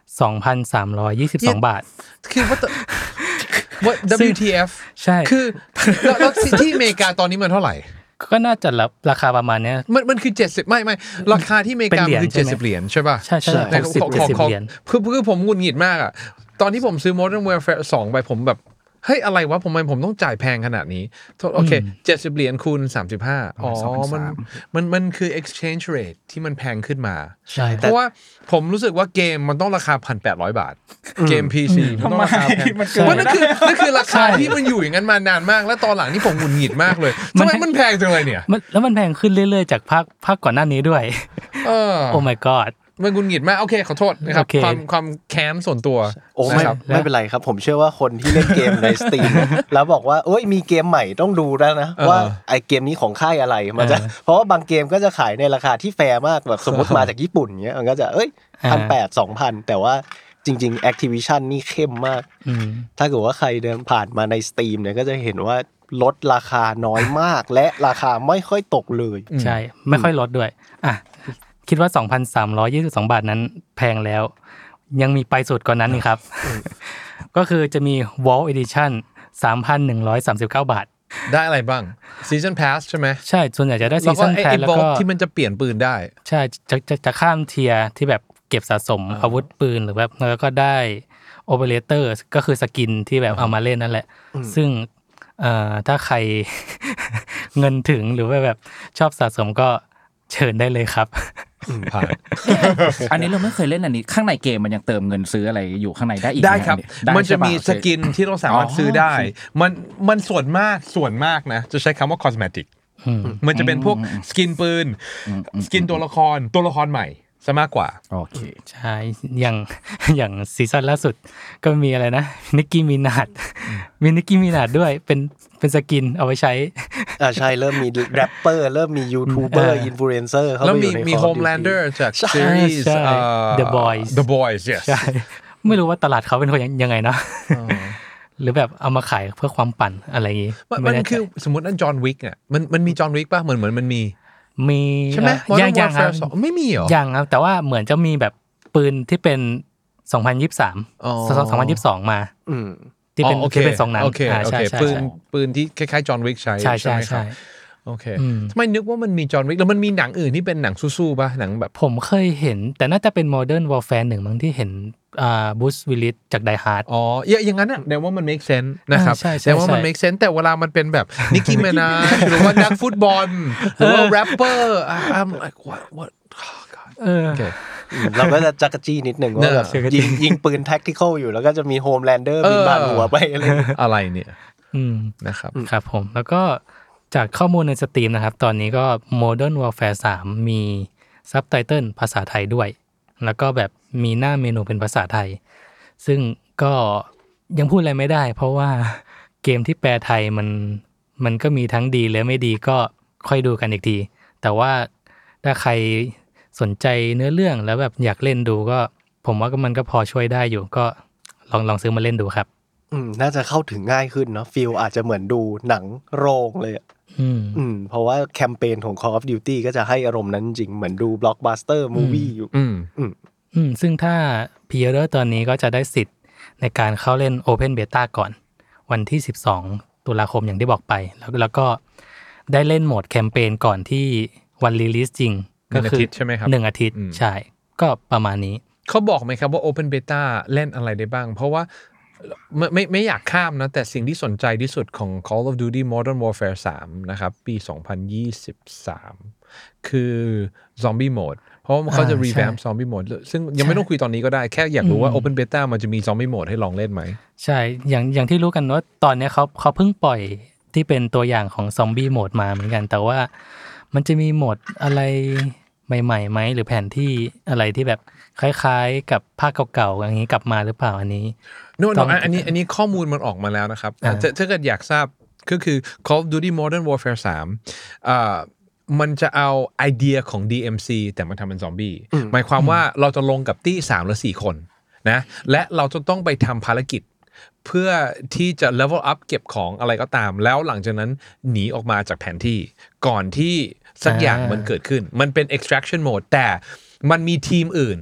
S4: สองพันสามร้อยยี่สิบสอง บาท
S3: คือว่าว่า ดับเบิลยู ที เอฟ
S4: ใช่
S3: คือแล้วแล้วที่อเมริกาตอนนี้มันเท่าไหร่
S4: ก็น่าจะรับราคาประมาณเนี้ย
S3: มันมันคือเจ็ดสิบไม่ไม่ราคาที่อเมริกามันคือเจ็ดสิบเหรียญใช่ป่ะ
S4: ใช่ใช่หกสิบ เจ็ดสิบเหรียญ
S3: คือคือผมหงุดหงิดมากอ่ะตอนที่ผมซื้อ Modern Warfare สองไปผมแบบเฮ้ยอะไรวะผมทำไมผมต้องจ่ายแพงขนาดนี้โอเคเจ็ดสิบเหรียญคูณสามสิบห้าอ๋อมันมันมันคือ exchange rate ที่มันแพงขึ้นมา
S2: ใช่
S3: เพราะว่าผมรู้สึกว่าเกมมันต้องราคา หนึ่งพันแปดร้อย บาทเกม พี ซี มันต้องราคาแพงเพราะนั่นคือนั่นคือราคาที่มันอยู่อย่างนั้นมานานมากแล้วตอนหลังนี่ผมหงุดหงิดมากเลยทำไมมันแพงจังเลยเนี่ย
S4: แล้วมันแพงขึ้นเรื่อยๆจากภาคภาคก่อนหน้านี้ด้วย
S3: เออ
S4: Oh my god
S3: มันกุนหงิดมากโอเคขอโทษนะครับความความแค้นส่วนตัว
S2: โอ้ไม่ไม่เป็นไรครับผมเชื่อว่าคนที่เล่นเกมใน Steam แล้วบอกว่าโอ้ยมีเกมใหม่ต้องดูแล้วนะว่าไอเกมนี้ของค่ายอะไรมันจะเพราะว่าบางเกมก็จะขายในราคาที่แฟร์มากแบบสมมติมาจากญี่ปุ่นเงี้ยมันก็จะเอ้ย หนึ่งพันแปดร้อย สองพัน แต่ว่าจริงๆ Activision นี่เข้มมากถ้าเกิดว่าใครเดินผ่านมาใน Steam เนี่ยก็จะเห็นว่าลดราคาน้อยมากและราคาไม่ค่อยตกเลย
S4: ใช่ไม่ค่อยลดด้วยอ่ะคิดว่า สองพันสามร้อยยี่สิบสอง บาทนั้นแพงแล้วยังมีไปสุดกว่านั้นนี่ครับ ก็คือจะมี Vault Edition สามพันหนึ่งร้อยสามสิบเก้า บาท
S3: ได้อะไรบ้าง Season Pass ใช่ไหม
S4: ใช่ส่วนใหญ่จะได้ Season Pass แล้วก็
S3: ที่มันจะเปลี่ยนปืนได้
S4: ใช่จะจะจะข้ามเทียร์ที่แบบเก็บสะสมอาวุธปืนหรือแบบแล้วก็ได้ Operator ก็คือสกินที่แบบเอามาเล่นนั่นแหละซึ่งเอ่อถ้าใคร เงินถึงหรือว่าแบบชอบสะสมก็เชิญได้เลยครับ
S3: ผ่าน
S5: อันนี้เราไม่เคยเล่นอันนี้ข้างในเกมมันยังเติมเงินซื้ออะไรอยู่ข้างในได้อีก
S3: ได้ครับมันจะมีสกินที่เราสามารถซื้อได้มันมันส่วนมากส่วนมากนะจะใช้คำว่า cosmetic มันจะเป็นพวกสกินปืนสกินตัวละครตัวละครใหม่ซะมากกว่า
S5: โอเค
S4: ใช่อย่างอย่างซีซั่นล่าสุดก็มีอะไรนะนิกกี้มินาดมีนิกกี้มินาดด้วยเป็นเป็นสกินเอาไว้ใช้
S2: อ่าใช่เริ่มมีแรปเปอร์เริ่มมียูทูบเบอร์อินฟลูเอนเซอร์เข้าไปอยู่ใน
S3: แล้วมีมีโฮมแลนเดอร์จากซีรีส์
S4: The Boys
S3: The Boys yes
S4: ใช่ไม่รู้ว่าตลาดเขาเป็นคนยังไงนะหรือแบบเอามาขายเพื่อความปั่นอะไรอย่างงี้
S3: มันคือสมมุตินั่นจอห์นวิกอ่ะมันมันมีจอห์นวิกป่ะเหมือนเหมือนมันมี
S4: มี
S3: ใช่ไหม
S4: ยังยังครับ
S3: ไม่มีหรอ
S4: ยังครับแต่ว่าเหมือนจะมีแบบปืนที่เป็นสองพันยี่สิบสามอ๋อสองพันยี่สิบสองมาอืมที่เป็นที่เป็นทรงนั้น
S3: อ่าใช่ๆปืนปืนที่คล้ายๆจอห์นวิกใช้
S4: ใช่ๆๆ
S3: โอเคทำไมนึกว่ามันมีจอห์นวิกแล้วมันมีหนังอื่นที่เป็นหนังสู้ๆป่ะหนังแบบ
S4: ผมเคยเห็นแต่น่าจะเป็น Modern Warfare หนึ่งมั้งที่เห็นอ่าบูสวิลลิสจาก Die Hard
S3: อ๋ออย่างงั้นน่ะแปลว่ามัน make sense นะครับแปลว่ามัน make sense แต่เวลามันเป็นแบบนิกกี้มินาจหรือว่านักฟุตบอลหรือว่าแรปเปอร์ I'm like what what oh god
S4: เออ
S2: เราก็จะจักรจี้นิดนึงว่าแบบยิงยิงปืน tactical อยู่แล้วก็จะมีโฮมแลนเดอร์บินผ่านหัวไปอะไร
S3: อะไรเนี่ย
S4: อืม
S3: นะครับ
S4: ครับผมแล้วก็จากข้อมูลในสตรีมนะครับตอนนี้ก็ Modern Warfare สามมีซับไตเติลภาษาไทยด้วยแล้วก็แบบมีหน้าเมนูเป็นภาษาไทยซึ่งก็ยังพูดอะไรไม่ได้เพราะว่าเกมที่แปลไทยมันมันก็มีทั้งดีและไม่ดีก็ค่อยดูกันอีกทีแต่ว่าถ้าใครสนใจเนื้อเรื่องแล้วแบบอยากเล่นดูก็ผมว่ามันก็พอช่วยได้อยู่ก็ลองลองซื้อมาเล่นดูครับ
S2: อืมน่าจะเข้าถึงง่ายขึ้นเนาะฟีลอาจจะเหมือนดูหนังโรงเลยอ่ะอืมอืมเพราะว่าแคมเปญของ Call of Duty ก็จะให้อารมณ์นั้นจริงเหมือนดู Blockbuster Movie อยู่อืม
S4: อืมอืมซึ่งถ้า Pre-order ตอนนี้ก็จะได้สิทธิ์ในการเข้าเล่น Open Beta ก่อนวันที่สิบสองตุลาคมอย่างที่บอกไปแล้วแล้วก็ได้เล่นโหมดแคมเปญก่อนที่วันรีลิสจริง
S3: ก็คือใช่ไหมครับ
S4: หนึ่งอาทิตย์ใช่ก็ประมาณนี้
S3: เขาบอกไหมครับว่า Open Beta เล่นอะไรได้บ้างเพราะว่าไม่ไม่ไม่อยากข้ามนะแต่สิ่งที่สนใจที่สุดของ Call of Duty Modern Warfare สามนะครับปีสองพันยี่สิบสามคือ Zombie Mode เพราะว่าเขาจะ revamp Zombie Mode ซึ่งยังไม่ต้องคุยตอนนี้ก็ได้แค่อยากรู้ว่า Open Beta มันจะมี Zombie Mode ให้ลองเล่นไหม
S4: ใช่อย่างอย่างที่รู้กันว่าตอนนี้เขาเขาเพิ่งปล่อยที่เป็นตัวอย่างของ Zombie Mode มาเหมือนกันแต่ว่ามันจะมีโหมดอะไรใหม่ๆไหมหรือแผนที่อะไรที่แบบคล้ายๆกับภาคเก่าๆอย่างนี้กลับมาหรือเปล่าอันนี้
S3: โน้ตอันนี้อันนี้ข้อมูลมันออกมาแล้วนะครับถ้าเกิดอยากทราบก็คือ Call of Duty Modern Warfare สามอ่ามันจะเอาไอเดียของ ดี เอ็ม ซี แต่มันทำเป็นซอมบี้หมายความว่าเราจะลงกับตี้สามหรือสี่คนนะและเราจะต้องไปทำภารกิจเพื่อที่จะ level up เก็บของอะไรก็ตามแล้วหลังจากนั้นหนีออกมาจากแผนที่ก่อนที่สักอย่างมันเกิดขึ้นมันเป็น extraction mode แต่มันมีทีมอื่น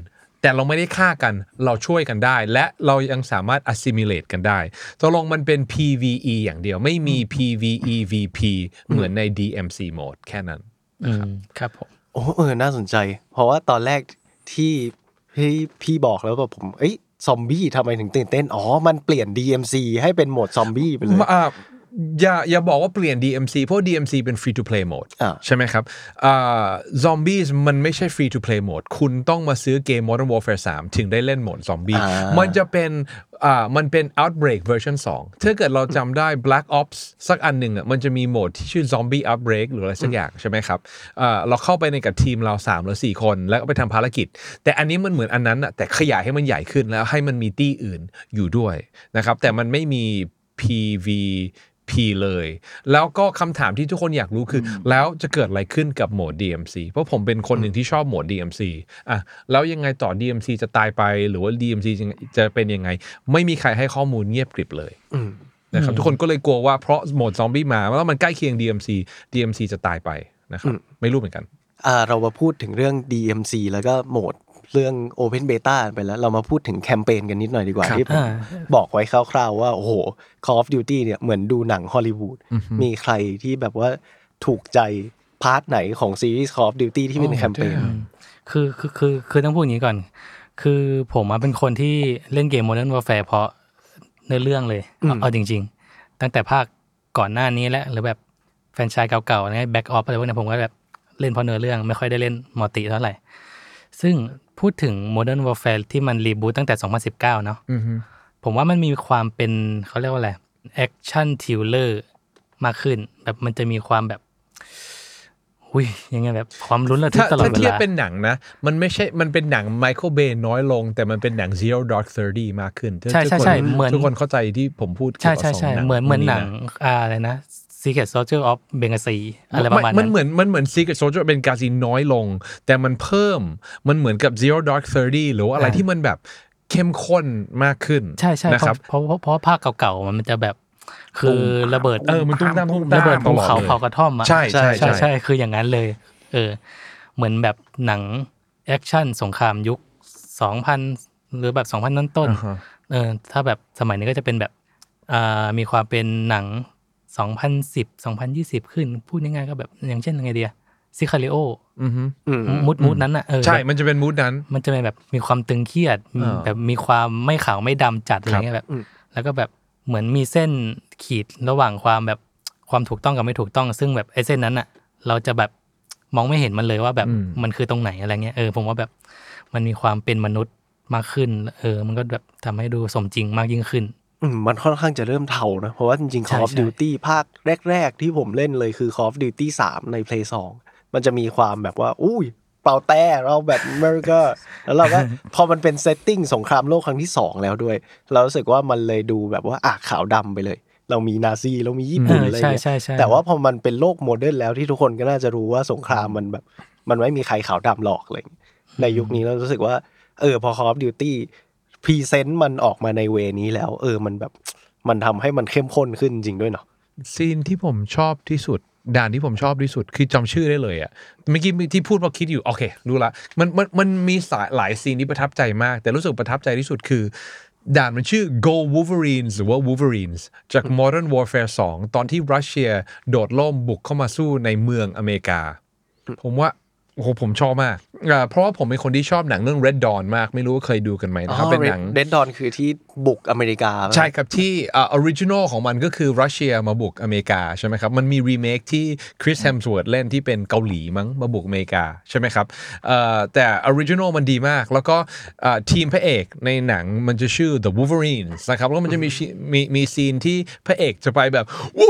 S3: แต่เราไม่ได้ฆ่ากันเราช่วยกันได้และเรายังสามารถ assimilate กันได้ตกลงมันเป็น พี วี อี อย่างเดียวไม่มี พี วี อี วี พี เหมือนใน ดี เอ็ม ซี mode แค่นั้นนะครับ
S4: ครับผม
S2: โอ้เออน่าสนใจเพราะว่าตอนแรกที่พี่พี่บอกแล้วแบบผมเอ้ยซอมบี้ทำไมถึงตื่นเต้นอ๋อมันเปลี่ยน ดี เอ็ม ซี ให้เป็นโหมดซอมบี้ไปเลย
S3: อย่าอย่าบอกว่าเปลี่ยน ดี เอ็ม ซี เพราะ ดี เอ็ม ซี เป็น free to play mode ใช่ไหมครับอ่า zombies มันไม่ใช่ free to play mode คุณต้องมาซื้อเกม Modern Warfare สามถึงได้เล่นโหมด zombie มันจะเป็นอ่ามันเป็น outbreak version สองถ้าเกิดเราจำได้ Black Ops สักอันหนึ่งอ่ะมันจะมีโหมดที่ชื่อ zombie outbreak หรืออะไรสักอย่างใช่ไหมครับอ่าเราเข้าไปในกับทีมเราสามหรือสี่คนแล้วก็ไปทำภารกิจแต่อันนี้มันเหมือนอันนั้นอ่ะแต่ขยายให้มันใหญ่ขึ้นแล้วให้มันมีตี้อื่นอยู่ด้วยนะครับแต่มันไม่มี พี วี พี เลยแล้วก็คำถามที่ทุกคนอยากรู้คือแล้วจะเกิดอะไรขึ้นกับโหมด ดี เอ็ม ซี เพราะผมเป็นคนหนึ่งที่ชอบโหมด ดี เอ็ม ซี อ่ะแล้วยังไงต่อ ดี เอ็ม ซี จะตายไปหรือว่า ดี เอ็ม ซี จะเป็นยังไงไม่มีใครให้ข้อมูลเงียบกริบเลยนะครับทุกคนก็เลยกลัวว่าเพราะโหมดซอมบี้มาแล้วมันใกล้เคียง ดี เอ็ม ซี ดี เอ็ม ซี จะตายไปนะครับไม่รู้เหมือนกัน
S2: อ่าเรามาพูดถึงเรื่อง ดี เอ็ม ซี แล้วก็โหมดเรื่อง Open Beta ไปแล้วเรามาพูดถึงแคมเปญกันนิดหน่อยดีกว่าที่ผมบอกไว้คร่าวๆว่าโอ้โห Call of Duty เนี่ยเหมือนดูหนังฮอลลีวูดมีใครที่แบบว่าถูกใจพาร์ทไหนของซีรีส์ Call of Duty ที่เป็นแคมเปญ
S4: คือคือคือคือต้องพูดอย่างนี้ก่อนคือผมเป็นคนที่เล่นเกม Modern Warfare เพราะเนื้อเรื่องเลยเอาจริงๆตั้งแต่ภาคก่อนหน้านี้แล้วหรือแบบแฟรนไชส์เก่าๆนะแบ็กออฟอะไรพวกนี้ผมก็แบบเล่นเพราะเนื้อเรื่องไม่ค่อยได้เล่นมัลติเท่าไหร่ซึ่งพูดถึง Modern Warfare ที่มันรีบูตตั้งแต่สองพันสิบเก้าเนาะผมว่ามันมีความเป็นเขาเรียกว่าอะไรแอคชั่นทริลเลอร์มากขึ้นแบบมันจะมีความแบบอุ้ยยังไงแบบความลุ้นระทึกตลอดเวลาถ้า
S3: เทียบเป็นหนังนะมันไม่ใช่มันเป็นหนัง Michael Bay น้อยลงแต่มันเป็นหนัง Zero Dark Thirty มากขึ้น
S4: ใช่ใช่ใช่เหมือน
S3: ทุกคนเข้าใจที่ผมพูด
S4: ใช่ใช่ใช่เหมือนเหมือนหนังอะไรนะSecret Soldier of Benghazi อะไรประมาณนั้น
S3: มันเหมือนมันเหมือน Secret Soldier of Benghazi น้อยลงแต่มันเพิ่มมันเหมือนกับ Zero Dark Thirty หรือว่าอะไรที่มันแบบเข้มข้นมากขึ้น
S4: ใช่ใช่นะครับเพราะเพราะเพราะภาคเก่าๆมันจะแบบคือระเบิด
S3: เออมันตุ้มตามตุ้มตาม
S4: ระเบิดภูเขาเผากระท่อมอ่ะ
S3: ใช่ใช่
S4: ใช่ใช่คืออย่างนั้นเลยเออเหมือนแบบหนังแอคชั่นสงครามยุคสองพันหรือแบบสองพันต้นๆเออถ้าแบบสมัยนี้ก็จะเป็นแบบอ่ามีความเป็นหนังสองพันสิบ สองพันยี่สิบขึ้นพูดง่ายๆก็แบบอย่างเช่นยังไงเดียซิคาริโอ
S3: อือฮึ
S4: มูดมูดนั้นน่ะเออ
S3: ใช่มันจะเป็นมูดนั้น
S4: มันจะเป็นแบบมีความตึงเครียดแบบมีความไม่ขาวไม่ดำจัดอะไรเงี้ยแบบแล้วก็แบบเหมือนมีเส้นขีดระหว่างความแบบความถูกต้องกับไม่ถูกต้องซึ่งแบบไอ้เส้นนั้นน่ะเราจะแบบมองไม่เห็นมันเลยว่าแบบมันคือตรงไหนอะไรเงี้ยเออผมว่าแบบมันมีความเป็นมนุษย์มากขึ้นเออมันก็แบบทำให้ดูสมจริงมากยิ่งขึ้น
S2: มันค่อนข้างจะเริ่มเทานะเพราะว่าจริงๆ Call of Duty ภาคแรกๆที่ผมเล่นเลยคือ Call of Duty สามใน Play สองมันจะมีความแบบว่าอุ้ยเป่าแต่เราแบบอเมริกาแล้วเราก็พอมันเป็นเซตติ้งสงครามโลกครั้งที่สองแล้วด้วยเรารู้สึกว่ามันเลยดูแบบว่าอ่ะขาวดำไปเลยเรามีนาซีเรามีญี่ปุ่นอะไรอย่างเงี้ยแต่ว่าพอมันเป็นโลกโมเดิร์นแล้วที่ทุกคนก็น่าจะรู้ว่าสงครามมันแบบมันไม่มีใครขาวดำหรอกอะไรในยุคนี้เรารู้สึกว่าเออพอ Call of Duty พรีเซนต์มันออกมาในเวนี้แล้วเออมันแบบมันทำให้มันเข้มข้นขึ้นจริงด้วยเนาะ
S3: ซีนที่ผมชอบที่สุดด่านที่ผมชอบที่สุดคือจำชื่อได้เลยอ่ะเมื่อกี้ที่พูดว่าคิดอยู่โอเครู้ละมันมันมันมีสายหลายซีนที่ประทับใจมากแต่รู้สึกประทับใจที่สุดคือด่านมันชื่อ Go Wolverines หรือว่า Wolverines จาก Modern Warfare สองตอนที่รัสเซียโดดร่มบุกเข้ามาสู้ในเมืองอเมริกาผมว่าโอ้โหผมชอบมากอ่าเพราะว่าผมเป็นคนที่ชอบหนังเรื่อง Red Dawn มากไม่รู้ว่าเคยดูกันไหมนะครับเป็นหนัง
S2: Red Dawn คือที่บุกอเมริกา
S3: ใช่ครับที่อ่าออริจินอลของมันก็คือรัสเซียมาบุกอเมริกาใช่ไหมครับมันมีรีเมคที่คริส Hemsworth เล่นที่เป็นเกาหลีมั้งมาบุกอเมริกาใช่ไหมครับเอ่อแต่ออริจินอลมันดีมากแล้วก็อ่าทีมพระเอกในหนังมันจะชื่อ The Wolverines นะครับแล้วมันจะมีมีมีซีนที่พระเอกจะไปแบบ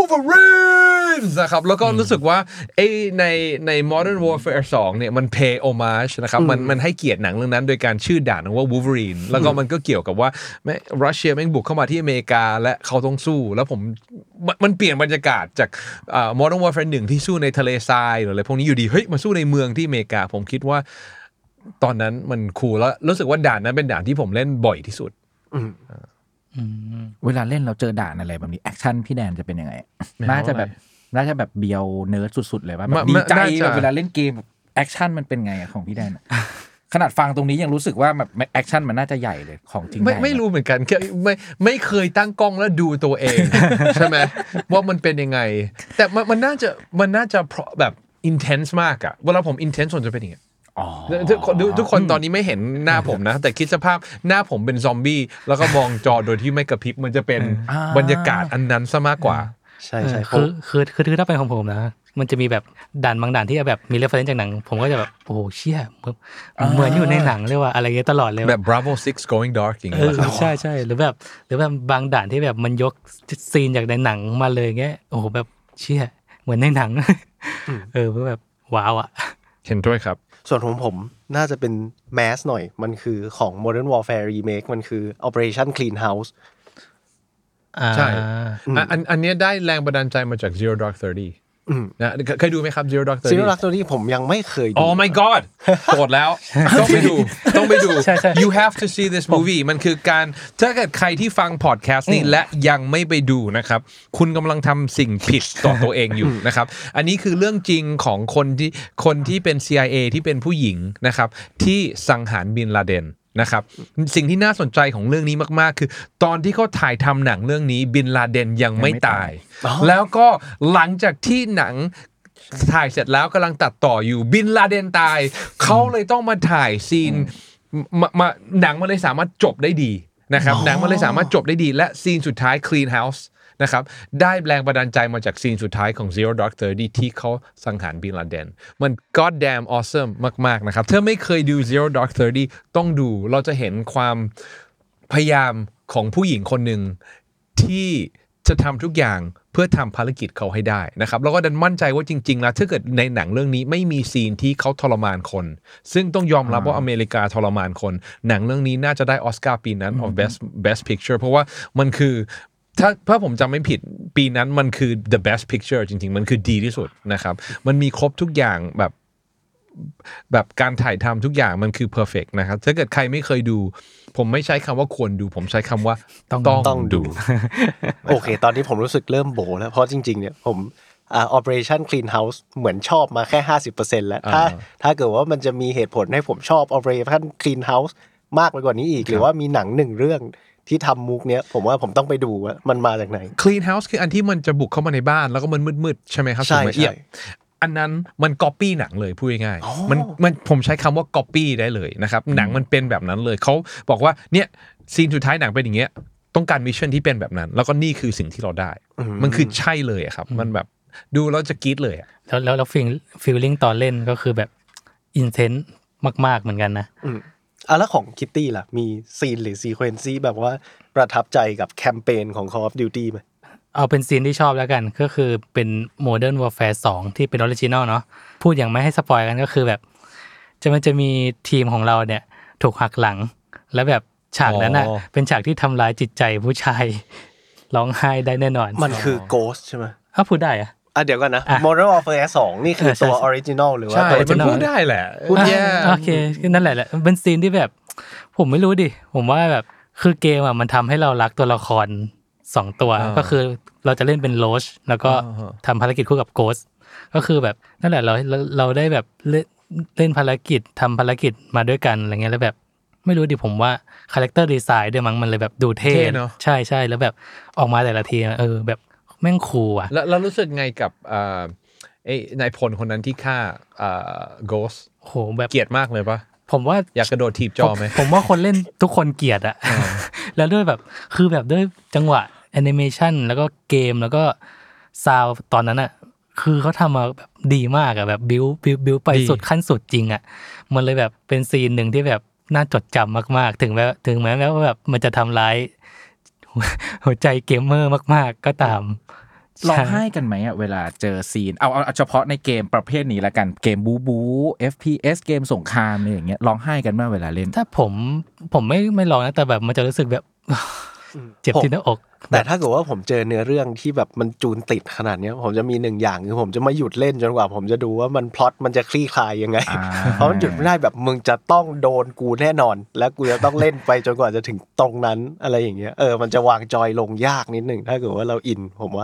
S3: Wolverines นะครับแล้วก็รู้สึกว่าไอ้ในใน Modern Warfare สองเนี่ยมัน pay homage นะครับมันมันให้เกียรติหนังเรื่องนั้นโดยการชื่อด่านว่า Wolverine แล้วก็มันก็เกี่ยวกับว่าแม้รัสเซียแม่งบุกเข้ามาที่อเมริกาและเขาต้องสู้แล้วผมมันเปลี่ยนบรรยากาศจากอ่า Modern Warfare หนึ่งที่สู้ในทะเลทรายหรืออะไรพวกนี้อยู่ดีเฮ้ยมาสู้ในเมืองที่อเมริกาผมคิดว่าตอนนั้นมันคูลแล้วรู้สึกว่าด่านนั้นเป็นด่านที่ผมเล่นบ่อยที่สุด
S6: เวลาเล่นเราเจอด่านอะไรแบบนี้แอคชั่นพี่แดนจะเป็นยังไงน่าจะแบบน่าจะแบบเบียวเนิร์ดสุดๆเลยว่าแบบดีใจแบบเวลาเล่นเกมแอคชั่นมันเป็นไงของพี่แดนขนาดฟังตรงนี้ยังรู้สึกว่าแบบแอคชั่นมันน่าจะใหญ่เลยของจริง
S3: ไม่ไม่รู้เหมือนกันไม่ไม่เคยตั้งกล้องแล้วดูตัวเอง ใช่ไหมว่ามันเป็นยังไงแต่มันมันน่าจะมันน่าจะแบบ intense มากอะเวลาผม intense ส่วนจะเป็นอย่างเงี้ยทุกคนทุกคนตอนนี้ไม่เห็นหน้าผมนะแต่คิดสภาพหน้าผมเป็นซอมบี้แล้วก็มองจอโดยที่ไม่กระพริบมันจะเป็นบรรยากาศอันนั้นซะมากกว่า
S2: ใช่ใช่
S4: คือคือคือคือถ้าเป็นของผมนะมันจะมีแบบด่านบางด่านที่แบบมีเรฟเฟอเรนซ์จากหนังผมก็จะแบบโอ้เชี่ยเหมือนอยู่ในหนังเลยว่ะอะไรเงี้ยตลอดเลย
S3: แบบ Bravo six going dark อย่างเงี้ย
S4: ใช่ใช่หรือแบบหรือแบบบางด่านที่แบบมันยกซีนจากในหนังมาเลยเงี้ยโอ้โหแบบเชี่ยเหมือนในหนังเออแบบว้าวอ่ะ
S3: เห็นด้วยครับ
S2: ส่วนของผมน่าจะเป็นแมสหน่อยมันคือของ Modern Warfare Remake มันคือ Operation Clean House
S3: ใช่อันอันนี้ได้แรงบันดาลใจมาจาก Zero Dark Thirtyนะเคยดูไหมครับ Zero Dark Thirty
S2: Zero Dark Thirty ผมยังไม่เคยดู
S3: Oh my god โกรธแล้วต้องไปดูต้องไปดู You have to see this movie มันคือการถ้าเกิดใครที่ฟังพอดแคสต์นี้และยังไม่ไปดูนะครับคุณกำลังทำสิ่งผิดต่อตัวเองอยู่นะครับอันนี้คือเรื่องจริงของคนที่คนที่เป็น ซี ไอ เอ ที่เป็นผู้หญิงนะครับที่สังหารบินลาเดนนะครับสิ่งที่น่าสนใจของเรื่องนี้มากๆคือตอนที่เขาถ่ายทำหนังเรื่องนี้บินลาเดนยังไม่ตายแล้วก็หลังจากที่หนังถ่ายเสร็จแล้วกำลังตัดต่ออยู่บินลาเดนตายเขาเลยต้องมาถ่ายซีนมาหนังมันเลยสามารถจบได้ดีนะครับหนังมันเลยสามารถจบได้ดีและซีนสุดท้าย Clean Houseนะครับได้แรงบันดาลใจมาจากซีนสุดท้ายของ Zero Dark Thirty ที่เขาสังหารบินลาเดนมัน god damn awesome มากๆนะครับถ้าไม่เคยดู Zero Dark Thirty ต้องดูเราจะเห็นความพยายามของผู้หญิงคนหนึ่งที่จะทำทุกอย่างเพื่อทำภารกิจเขาให้ได้นะครับแล้วก็ดันมั่นใจว่าจริงๆแล้วถ้าเกิดในหนังเรื่องนี้ไม่มีซีนที่เขาทรมานคนซึ่งต้องยอมรับว่าอเมริกาทรมานคนหนังเรื่องนี้น่าจะได้ออสการ์ปีนั้น of best best picture เพราะว่ามันคือถ้าถ้าผมจำไม่ผิดปีนั้นมันคือ the best picture จริงๆมันคือดีที่สุดนะครับมันมีครบทุกอย่างแบบแบบการถ่ายทำทุกอย่างมันคือ perfect นะครับถ้าเกิดใครไม่เคยดูผมไม่ใช้คำว่าควรดูผมใช้คำว่าต้องต้องดู
S2: โอเคตอนนี้ผมรู้สึกเริ่มโบแล้วเพราะจริงๆเนี่ยผมอ่า Operation Clean House เหมือนชอบมาแค่ ห้าสิบเปอร์เซ็นต์ แล้วถ้าถ้าเกิดว่ามันจะมีเหตุผลให้ผมชอบ Operation Clean House มากไปกว่านี้อีกหรือว่ามีหนังหนึ่งเรื่องที่ทำมุกเนี้ยผมว่าผมต้องไปดูว่ามันมาจากไหน
S3: Clean House คืออันที่มันจะบุกเข้ามาในบ้านแล้วก็มันมืดๆใช่ไหมครับ
S2: ใช่ใช่
S3: อันนั้นมันก๊อปปี้หนังเลยพูดง่ายๆมันมันผมใช้คำว่าก๊อปปี้ได้เลยนะครับหนังมันเป็นแบบนั้นเลยเขาบอกว่าเนี่ยซีนสุดท้ายหนังเป็นอย่างเงี้ยต้องการมิชชั่นที่เป็นแบบนั้นแล้วก็นี่คือสิ่งที่เราได้มันคือใช่เลยครับมันแบบดูแล้วจะกรี๊ดเลย
S4: แล้วแล้วแล้วฟีลฟีลลิ่งตอนเล่นก็คือแบบอินเทนส์มากๆเหมือนกันนะ
S2: อ่ะแล้วของคิตตี้ล่ะมีซีนหรือซีเควนซ์แบบว่าประทับใจกับแคมเปญของ Call of Duty มั้ย
S4: เอาเป็นซีนที่ชอบแล้วกันก็คือเป็น Modern Warfare สองที่เป็นออริจินอลเนาะพูดอย่างไม่ให้สปอยกันก็คือแบบจะมันจะมีทีมของเราเนี่ยถูกหักหลังแล้วแบบฉากนั้นน่ะเป็นฉากที่ทำร้ายจิตใจผู้ชายร้องไห้ได้แน่นอน
S2: มันคือ Ghost ใช่มั้ย
S4: อ้าวพูดได้อ่ะ
S2: อ่ะเดี๋ยวก่อนนะ Modern Warfare สองนี่คือตัวออริจินอลหรือว่าตัว
S3: มันพูดได้แหละ
S4: พูดแย่โอเคนั่นแหละเป็นซีนที่แบบผมไม่รู้ดิผมว่าแบบคือเกมอ่ะมันทำให้เรารักตัวละครสองตัวก็คือเราจะเล่นเป็นโรชแล้วก็ทำภารกิจคู่กับโกสก็คือแบบนั่นแหละเราเราได้แบบเล่นภารกิจทำภารกิจมาด้วยกันอะไรเงี้ยแล้วแบบไม่รู้ดิผมว่าคาแรคเตอร์ดีไซน์ด้วยมั้งมันเลยแบบดูเท่ใช่ใช่แล้วแบบออกมาแต่ละทีเออแบบแม่งคูลอ่ะ
S3: แล้วเรารู้สึกไงกับไอ้นายพลคนนั้นที่ฆ่าโกส
S4: โหแบบ
S3: เกลียดมากเลยปะ
S4: ผมว่า
S3: อยากกระโดดถีบจอไหม
S4: ผมว่าคนเล่นทุกคนเกลียดอะแล้วด้วยแบบคือแบบด้วยจังหวะแอนิเมชันแล้วก็เกมแล้วก็ซาวด์ตอนนั้นอะคือเขาทำมาแบบดีมากอะแบบบิวบิวบิวไปสุดขั้นสุดจริงอะมันเลยแบบเป็นซีนหนึ่งที่แบบน่าจดจำมากๆถึงแม้ถึงแม้ว่าแบบมันจะทำร้ายหัวใจเกมเมอร์มากๆก็ตาม
S6: ร้องไห้กันไหมอ่ะเวลาเจอซีนเอาเอาเฉพาะในเกมประเภทนี้ละกันเกมบู๊บู๊ เอฟ พี เอส เกมสงครามอะไรอย่างเงี้ยร้องไห้กันมั้ยเวลาเล่น
S4: ถ้าผมผมไม่ไม่ร้องนะแต่แบบมันจะรู้สึกแบบเจ็บที่หน้าอก
S2: แต่ถ้าเกิดว่าผมเจอเนื้อเรื่องที่แบบมันจูนติดขนาดนี้ผมจะมีหนึ่งอย่างคือผมจะไม่หยุดเล่นจนกว่าผมจะดูว่ามันพล็อตมันจะคลี่คลายยังไงเพราะมันหยุดไม่ได้แบบมึงจะต้องโดนกูแน่นอนและกูจะต้องเล่นไปจนกว่าจะถึงตรงนั้นอะไรอย่างเงี้ยเออมันจะวางจอยลงยากนิดนึงถ้าเกิดว่าเราอินผมว่านะ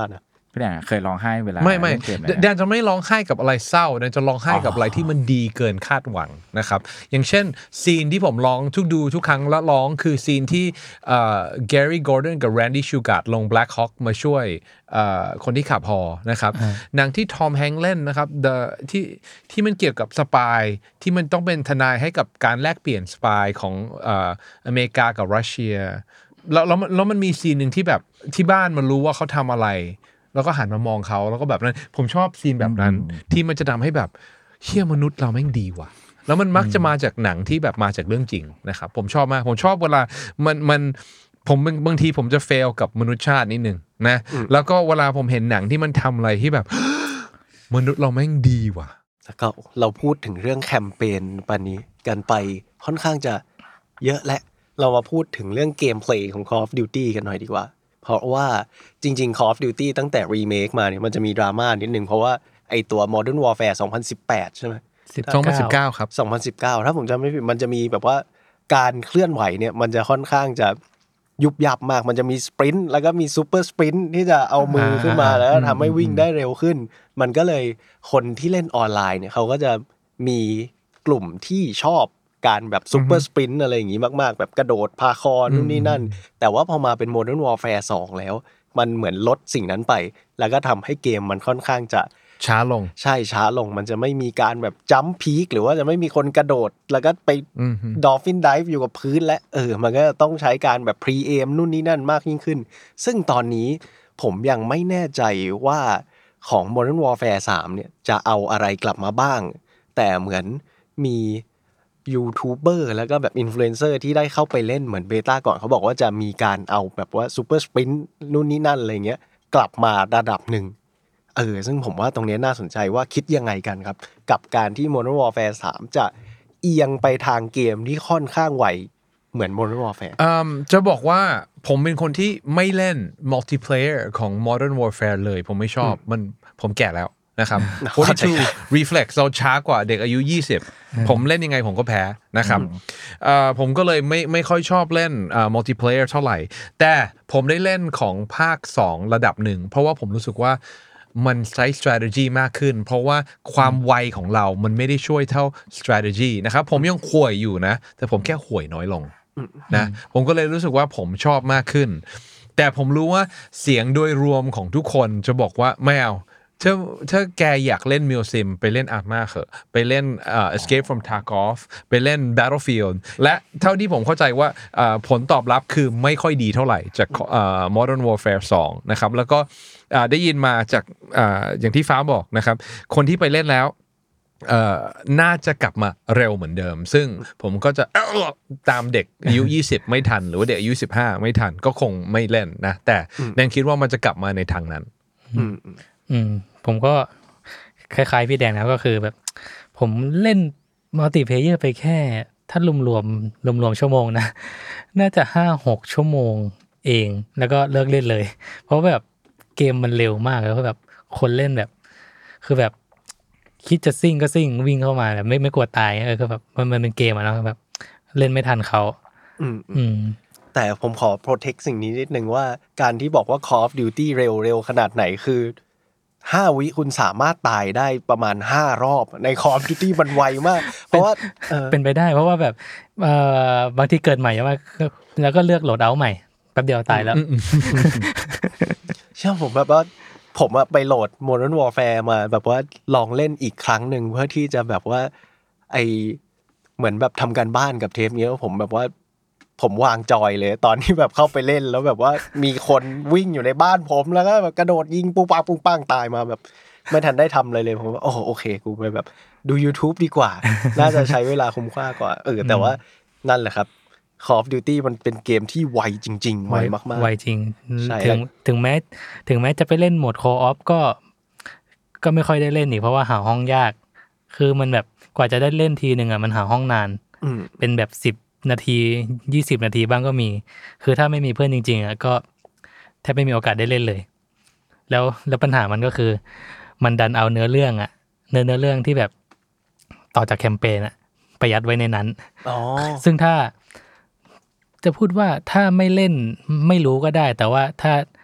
S6: พี่แดนเคยร้องไห้เวลา
S3: ไม่ไม่
S6: เล่นเกมไหม
S3: แดนจะไม่ร้องไห้กับอะไรเศร้าแดนจะร้องไห้กับอะไรที่มันดีเกินคาดหวังนะครับอย่างเช่นซีนที่ผมร้องทุกดูทุกครั้งแล้วร้องคือซีนที่เอ่อ Gary Gordon กับ Randy Shugart ลง Black Hawk มาช่วยเอ่อคนที่ขับฮอนะครับหนังที่ทอมแฮงค์เล่นนะครับ The ที่ที่มันเกี่ยวกับสปายที่มันต้องเป็นทนายให้กับการแลกเปลี่ยนสปายของเอ่ออเมริกากับรัสเซียแล้วแล้วแล้วมันมีซีนหนึ่งที่แบบที่บ้านมันรู้ว่าเขาทำอะไรแล้วก็หันมามองเขาแล้วก็แบบนั้นผมชอบซีนแบบนั้นที่มันจะทำให้แบบเชี่ยมนุษย์เราแม่งดีว่ะแล้วมันมักจะมาจากหนังที่แบบมาจากเรื่องจริงนะครับผมชอบมากผมชอบเวลามันมันผมบางทีผมจะเฟลกับมนุษยชาตินิดนึงนะแล้วก็เวลาผมเห็นหนังที่มันทำอะไรที่แบบ มนุษย์เราแม่งดีว่ะ
S2: แล้วก็เราพูดถึงเรื่องแคมเปญปานนี้กันไปค่อนข้างจะเยอะและเรามาพูดถึงเรื่องเกมเพลย์ของ Call of Duty กันหน่อยดีกว่าเพราะว่าจริงๆ Call of Duty ตั้งแต่รีเมคมาเนี่ยมันจะมีดราม่านิดนึงเพราะว่าไอตัว Modern Warfare สองพันสิบแปดใช่ไหม
S3: สองพันสิบเก้าครับ
S2: สองพันสิบเก้าถ้าผมจำไม่ผิดมันจะมีแบบว่าการเคลื่อนไหวเนี่ยมันจะค่อนข้างจะยุบยับมากมันจะมีสปรินต์แล้วก็มีซูเปอร์สปรินต์ที่จะเอามือขึ้นมาแล้วทำให้วิ่งได้เร็วขึ้นมันก็เลยคนที่เล่นออนไลน์เนี่ยเขาก็จะมีกลุ่มที่ชอบการแบบซูเปอร์สปรินต์อะไรอย่างงี้มากๆแบบกระโดดพาคอนู่นนี่นั่นแต่ว่าพอมาเป็น Modern Warfare สองแล้วมันเหมือนลดสิ่งนั้นไปแล้วก็ทำให้เกมมันค่อนข้างจะ
S3: ช้าลง
S2: ใช่ช้าลงมันจะไม่มีการแบบจัมป์พีคหรือว่าจะไม่มีคนกระโดดแล้วก็ไปดอลฟินไดฟ์อยู่กับพื้นและเออมันก็ต้องใช้การแบบพรีเอมนู่นนี่นั่นมากยิ่งขึ้นซึ่งตอนนี้ผมยังไม่แน่ใจว่าของ Modern Warfare สามเนี่ยจะเอาอะไรกลับมาบ้างแต่เหมือนมียูทูบเบอร์แล้วก็แบบอินฟลูเอนเซอร์ที่ได้เข้าไปเล่นเหมือนเบต้าก่อนเขาบอกว่าจะมีการเอาแบบว่าซูเปอร์สปรินต์นู่นนี่นั่นอะไรเงี้ยกลับมาระดับหนึ่งเออซึ่งผมว่าตรงนี้น่าสนใจว่าคิดยังไงกันครับกับการที่ Modern Warfare สามจะเอียงไปทางเกมที่ค่อนข้างไวเหมือน Modern Warfare
S3: อืมจะบอกว่าผมเป็นคนที่ไม่เล่น multiplayer ของ Modern Warfare เลยผมไม่ชอบมันผมแก่แล้วนะครับสี่สิบสอง reflex เราช้ากว่าเด็กอายุยี่สิบผมเล่นยังไงผมก็แพ้นะครับเอ่อผมก็เลยไม่ไม่ค่อยชอบเล่นเอ่อ multiplayer เท่าไหร่แต่ผมได้เล่นของภาคสองระดับหนึ่งเพราะว่าผมรู้สึกว่ามันใช้ strategy มากขึ้นเพราะว่าความไวของเรามันไม่ได้ช่วยเท่า strategy นะครับผมยังข่วยอยู่นะแต่ผมแค่ข่วยน้อยลงนะผมก็เลยรู้สึกว่าผมชอบมากขึ้นแต่ผมรู้ว่าเสียงโดยรวมของทุกคนจะบอกว่าไม่เอาถ้าถ้าแกอยากเล่นมิวซิมไปเล่นอาร์มาเถอะไปเล่นเอ่อ Escape from Tarkov ไปเล่น Battlefield และเท่าที่ผมเข้าใจว่าเอ่อผลตอบรับคือไม่ค่อยดีเท่าไหร่จากเอ่อ Modern Warfare สองนะครับแล้วก็เอ่อได้ยินมาจากเอ่ออย่างที่ฟ้าบอกนะครับคนที่ไปเล่นแล้วเอ่อน่าจะกลับมาเร็วเหมือนเดิมซึ่งผมก็จะตามเด็กอายุยี่สิบไม่ทันหรือว่าเด็กอายุสิบห้าไม่ทันก็คงไม่เล่นนะแต่แนนคิดว่ามันจะกลับมาในทางนั้น
S4: อืมผมก็คล้ายๆพี่แดงแล้วก็คือแบบผมเล่นมัลติเพลเยอร์ไปแค่ถ้ารวมรวมรวมรวมชั่วโมงนะน่าจะ ห้าหก ชั่วโมงเองแล้วก็เลิกเล่นเลยเพราะแบบเกมมันเร็วมากแล้วก็แบบคนเล่นแบบคือแบบคิดจะซิ่งก็ซิ่งวิ่งเข้ามาแบบไม่ไม่กลัวตายเออก็แบบมันมันเป็นเกมอ่ะเนาะแบบเล่นไม่ทันเขา
S2: อืมอืมแต่ผมขอ protect สิ่งนี้นิดนึงว่าการที่บอกว่า Call of Duty เร็วเร็วขนาดไหนคือห้าวิคุณสามารถตายได้ประมาณห้ารอบใน Call of Duty มันไวมากเพราะว่า
S4: เป็นไปได้เพราะว่าแบบเอ่อบางทีเกิดใหม่ว่าแล้วก็เลือกโหลดเอาท์ใหม่แป๊บเดียวตายแล้ว
S2: เชื่อผมแบบว่าผมอะไปโหลด Modern Warfare มาแบบว่าลองเล่นอีกครั้งนึงเพื่อที่จะแบบว่าไอเหมือนแบบทำการบ้านกับเทปนี้แล้วผมแบบว่าผมวางจอยเลยตอนที่แบบเข้าไปเล่นแล้วแบบว่ามีคนวิ่งอยู่ในบ้านผมแล้วก็แบบกระโดดยิงปุ๊บปังปุ๊บปังตายมาแบบไม่ทันได้ทำอะไรเลยผมว่าโอ้โอเคกูไปแบบดู YouTube ดีกว่าน่าจะใช้เวลาคุ้มค่ากว่าเออแต่ว่านั่นแหละครับ Call of Duty มันเป็นเกมที่ไวจริงๆไวมากๆ
S4: ไวจริงถึงถึงแม้ถึงแม้จะไปเล่นโหมด Co-op ก็ก็ไม่ค่อยได้เล่นอีกเพราะว่าหาห้องยากคือมันแบบกว่าจะได้เล่นทีนึงอ่ะมันหาห้องนานเป็นแบบสิบนาทียี่สิบนาทีบ้างก็มีคือถ้าไม่มีเพื่อนจริงๆอ่ะก็แทบไม่มีโอกาสได้เล่นเลยแล้วแล้วปัญหามันก็คือมันดันเอาเนื้อเรื่องอ่ะเนื้อเนื้อเรื่องที่แบบต่อจากแคมเปญอ่ะไปยัดไว้ในนั้นอ๋อซึ่งถ้าจะพูดว่าถ้าไม่เล่นไม่รู้ก็ได้แต่ว่าถ้า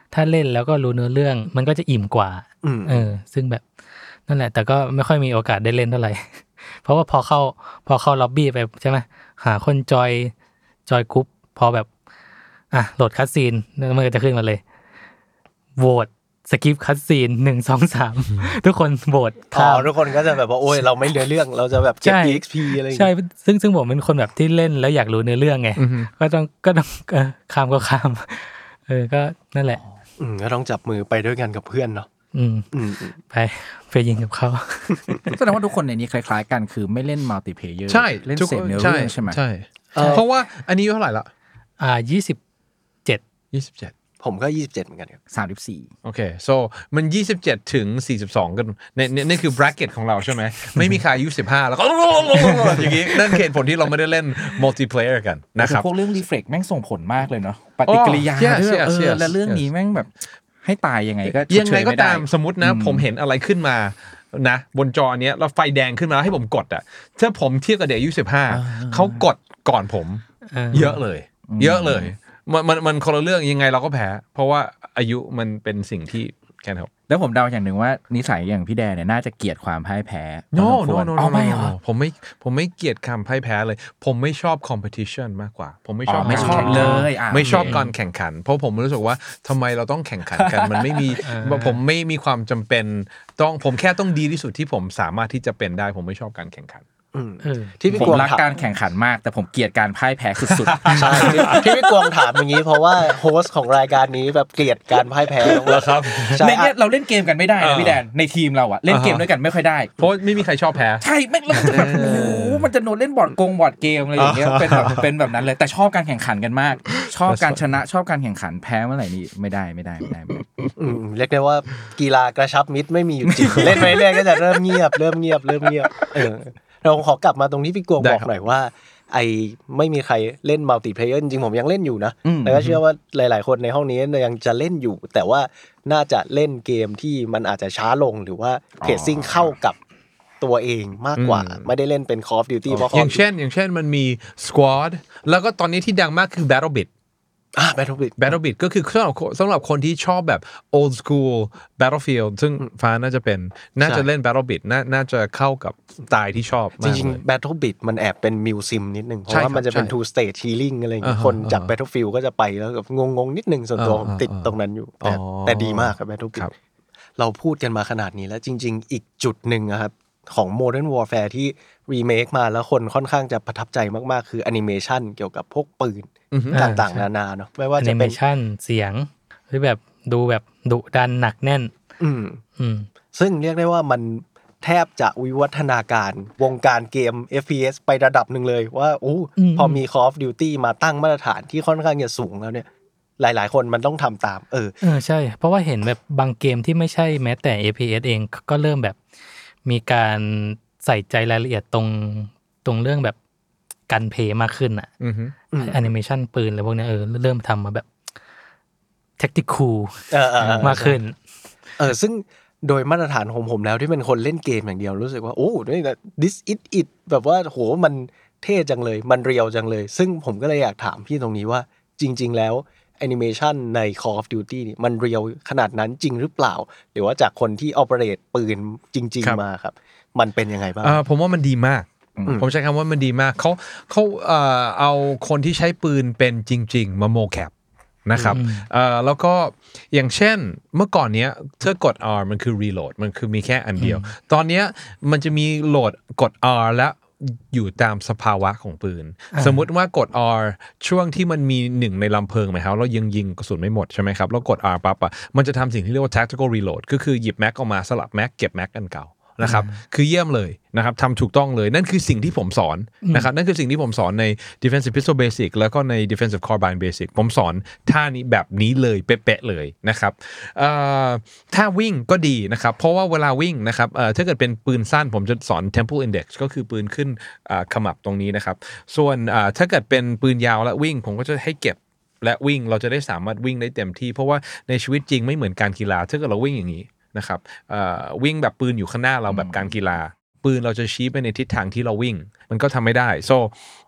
S4: ถ้าเล่นแล้วก็รู้เนื้อเรื่องมันก็จะอิ่มกว่าเออซึ่งแบบนั่นแหละแต่ก็ไม่ค่อยมีโอกาสได้เล่นเท่าไหร่ เพราะว่าพอเข้าพอเข้าล็อบบี้ไปใช่ไหมหาคนจอยจอยกรุ๊ปพอแบบอ่ะโหลดคัสซีนมันก็จะขึ้นมาเลยโหวตสกิปคัสซีนหนึ่ง สอง สามทุกคนโหวต
S2: อ๋อทุกคนก็จะแบบว่าโอ้ยเราไม่เนื้อเรื่องเราจะแบบเก็บ อี เอ็กซ์ พี อะไรอย่าง
S4: เงี้ยใช่ซึ่งซึ่งผมเป็นคนแบบที่เล่นแล้วอยากรู้เนื้อเรื่องไงก็ต้องก็ต้องข้ามก็ข้ามเออก็นั่นแหละ
S2: อืมก็ต้องจับมือไปด้วยกันกับเพื่อนเนาะ
S4: อืมไปไปยิงกับเขา
S6: แสดงว่าทุกคนในนี้คล้ายๆกันคือไม่เล่นมัลติเพลเยอร์
S3: ใช่
S6: เล่นเสพเนื้อเรื่องใช่ไหม
S3: ใช่เพราะว่าอันนี้เท่าไหร่ละ
S4: อ่ายี่สิบเจ็ด
S3: ยี่สิบเจ็ด
S2: ผมก็ยี่สิบเจ็ดเหมือนกันครับ
S6: สามสิบสี่
S3: โอเค so มันยี่สิบเจ็ดถึงสี่สิบสองกันในนี่คือ bracket ของเราใช่ไหมไม่มีใครอายุสิบห้าแล้วก็อย่างงี้นั่นเหตุผลที่เราไม่ได้เล่น multiplayer กันนะครับ
S6: พวกเรื่อง reflect แม่งส่งผลมากเลยเนาะปฏิกิริยาด้วยเออและเรื่องนี้แม่งแบบให้ตายยังไงก็
S3: ยังไงก็ตามสมมตินะผมเห็นอะไรขึ้นมานะบนจอเนี้ยแล้วไฟแดงขึ้นมาให้ผมกดอ่ะถ้าผมเทียบกับเด็กอายุสิบห้าเขากดก่อนผมเยอะเลยเยอะเลยมันมันมันคนละเรื่องยังไงเราก็แพ้เพราะว่าอายุมันเป็นสิ่งที่แค่นั้น
S6: แล้วผมเดาอย่างหนึ่งว่านิสัยอย่างพี่แดนเนี่ยน่าจะเกลียดความพ่ายแพ้
S3: no no no no ไม่ผมไม่ผมไม่เกลียดความพ่ายแพ้เลยผมไม่ชอบ competition มากกว่าผมไม่ชอบ
S6: ไม่ชอบเลย
S3: ไม่ชอบการแข่งขันเพราะผมรู้สึกว่าทำไมเราต้องแข่งขันกันมันไม่มีผมไม่มีความจำเป็นต้องผมแค่ต้องดีที่สุดที่ผมสามารถที่จะเป็นได้ผมไม่ชอบการแข่งขัน
S6: ที่พี่กวงรักการแข่งขันมากแต่ผมเกลียดการพ่ายแพ้สุด
S2: ๆใช่ที่พี่กวงถามอย่างนี้เพราะว่าโฮสต์ของรายการนี้แบบเกลียดการพ่ายแพ้
S3: แล้วครับ
S6: ในเนี้ยเราเล่นเกมกันไม่ได้นะพี่แดนในทีมเราอะเล่นเกมด้วยกันไม่ค่อยได้
S3: เพราะไม่มีใครชอบแพ้
S6: ใช่ไม่เราแบบโอ้โหมันจะโดนเล่นบอร์ดกงบอร์ดเกมอะไรอย่างเงี้ยเป็นแบบเป็นแบบนั้นเลยแต่ชอบการแข่งขันกันมากชอบการชนะชอบการแข่งขันแพ้เมื่อไหร่นี่ไม่ได้ไม่ได้ไม่ได้
S2: เรียกได้ว่ากีฬากระชับมิตรไม่มีอยู่จริงเล่นไปเรื่อยก็จะเริ่มเงียบเริ่มเงียบเริ่มเงียบเออเราขอกลับมาตรงที่พี่กวงบอกหน่อยว่าไอ้ไม่มีใครเล่นมัลติเพลเยอร์จริงๆผมยังเล่นอยู่นะแต่ก็เชื่อว่าหลายๆคนในห้องนี้ยังจะเล่นอยู่แต่ว่าน่าจะเล่นเกมที่มันอาจจะช้าลงหรือว่าเพจซิ่งเข้ากับตัวเองมากกว่าไม่ได้เล่นเป็น Call of Duty เพราะ
S3: อย่างเช่นอย่างเช่นมันมี Squad แล้วก็ตอนนี้ที่ดังมากคือ BattleBit
S2: อ่า Battlebit
S3: Battlebit ก็คือสำหรับสำหรับคนที่ชอบแบบ old school Battlefield ซึ่งฟ้าน่าจะเป็นน่าจะเล่น Battlebit น่าน่าจะเข้ากับสไตล์ที่ชอบ
S2: จริงๆ Battlebit มันแอบเป็นมิวซิมนิดนึงเพราะว่ามันจะเป็น two stage healing อะไรอย่างเงี้ยคนจาก Battlefield ก็จะไปแล้วแบบงงๆนิดนึงส่วนตัวผมติดตรงนั้นอยู่แต่แต่ดีมากครับ Battlebit เราพูดกันมาขนาดนี้แล้วจริงๆอีกจุดนึงนะครับของ Modern Warfare ที่รีเมคมาแล้วคนค่อนข้างจะประทับใจมากๆคือแอนิเมชันเกี่ยวกับพวกปืนต่างๆนานาเนาะไม่ว่าจะเป็นแอนิเม
S4: ชันเสียงหรือแบบดูแบบดุดันหนักแน่น
S2: อืมอืมซึ่งเรียกได้ว่ามันแทบจะวิวัฒนาการวงการเกม เอฟ พี เอส ไประดับหนึ่งเลยว่าโอ้พอมี Call of Duty มาตั้งมาตรฐานที่ค่อนข้างจะสูงแล้วเนี่ยหลายๆคนมันต้องทำตามเออ
S4: เออใช่เพราะว่าเห็นแบบบางเกมที่ไม่ใช่แม้แต่ เอฟ พี เอส เองก็เริ่มแบบมีการใส่ใจรายละเอียดตรงตรงเรื่องแบบกันเพย์มากขึ้นอ่ะแอนิเมชันปืนอะไรพวกนี้เออเริ่มทำมาแบบแท็กติคูลมากขึ้น
S2: เออซึ่งโดยมาตรฐานของผมแล้วที่เป็นคนเล่นเกมอย่างเดียวรู้สึกว่าโอ้นี่นะ this it it แบบว่าโหมันเท่จังเลยมันเรียวจังเลยซึ่งผมก็เลยอยากถามพี่ตรงนี้ว่าจริงๆแล้วแอนิเมชันใน Call of Duty นี่มันเรียวขนาดนั้นจริงหรือเปล่าหรือว่าจากคนที่ออเปเรตปืนจริงๆมาครับมันเป็นยังไงบ้าง
S3: ผมว่ามันดีมากผมใช้คำว่ามันดีมากเขาเขาเอาคนที่ใช้ปืนเป็นจริงๆมาโมแคปนะครับแล้วก็อย่างเช่นเมื่อก่อนเนี้ยถ้ากด R มันคือ reload มันคือมีแค่อันเดียวตอนเนี้ยมันจะมีโหลดกด R แล้วอยู่ตามสภาวะของปืนสมมุติว่ากด R ช่วงที่มันมีหนึ่งในลำเพลิงไหมครับแล้วยังยิงกระสุนไม่หมดใช่ไหมครับแล้วกด R ปั๊บอ่ะมันจะทำสิ่งที่เรียกว่า tactical reload ก็คือหยิบแม็กออกมาสลับแม็กเก็บแม็กอันเก่านะครับคือเยี่ยมเลยนะครับทำถูกต้องเลยนั่นคือสิ่งที่ผมสอนนะครับนั่นคือสิ่งที่ผมสอนใน defensive pistol basic แล้วก็ใน defensive carbine basic ผมสอนท่านี้แบบนี้เลยเป๊ะๆเลยนะครับถ้าวิ่งก็ดีนะครับเพราะว่าเวลาวิ่งนะครับถ้าเกิดเป็นปืนสั้นผมจะสอน temple index ก็คือปืนขึ้นขมับตรงนี้นะครับส่วนถ้าเกิดเป็นปืนยาวและวิ่งผมก็จะให้เก็บและวิ่งเราจะได้สามารถวิ่งได้เต็มที่เพราะว่าในชีวิตจริงไม่เหมือนการกีฬาถ้าเกิดเราวิ่งอย่างนี้นะครับวิ่งแบบปืนอยู่ข้างหน้าเราแบบการกีฬาปืนเราจะชี้ไปในทิศทางที่เราวิ่งมันก็ทำไม่ได้ so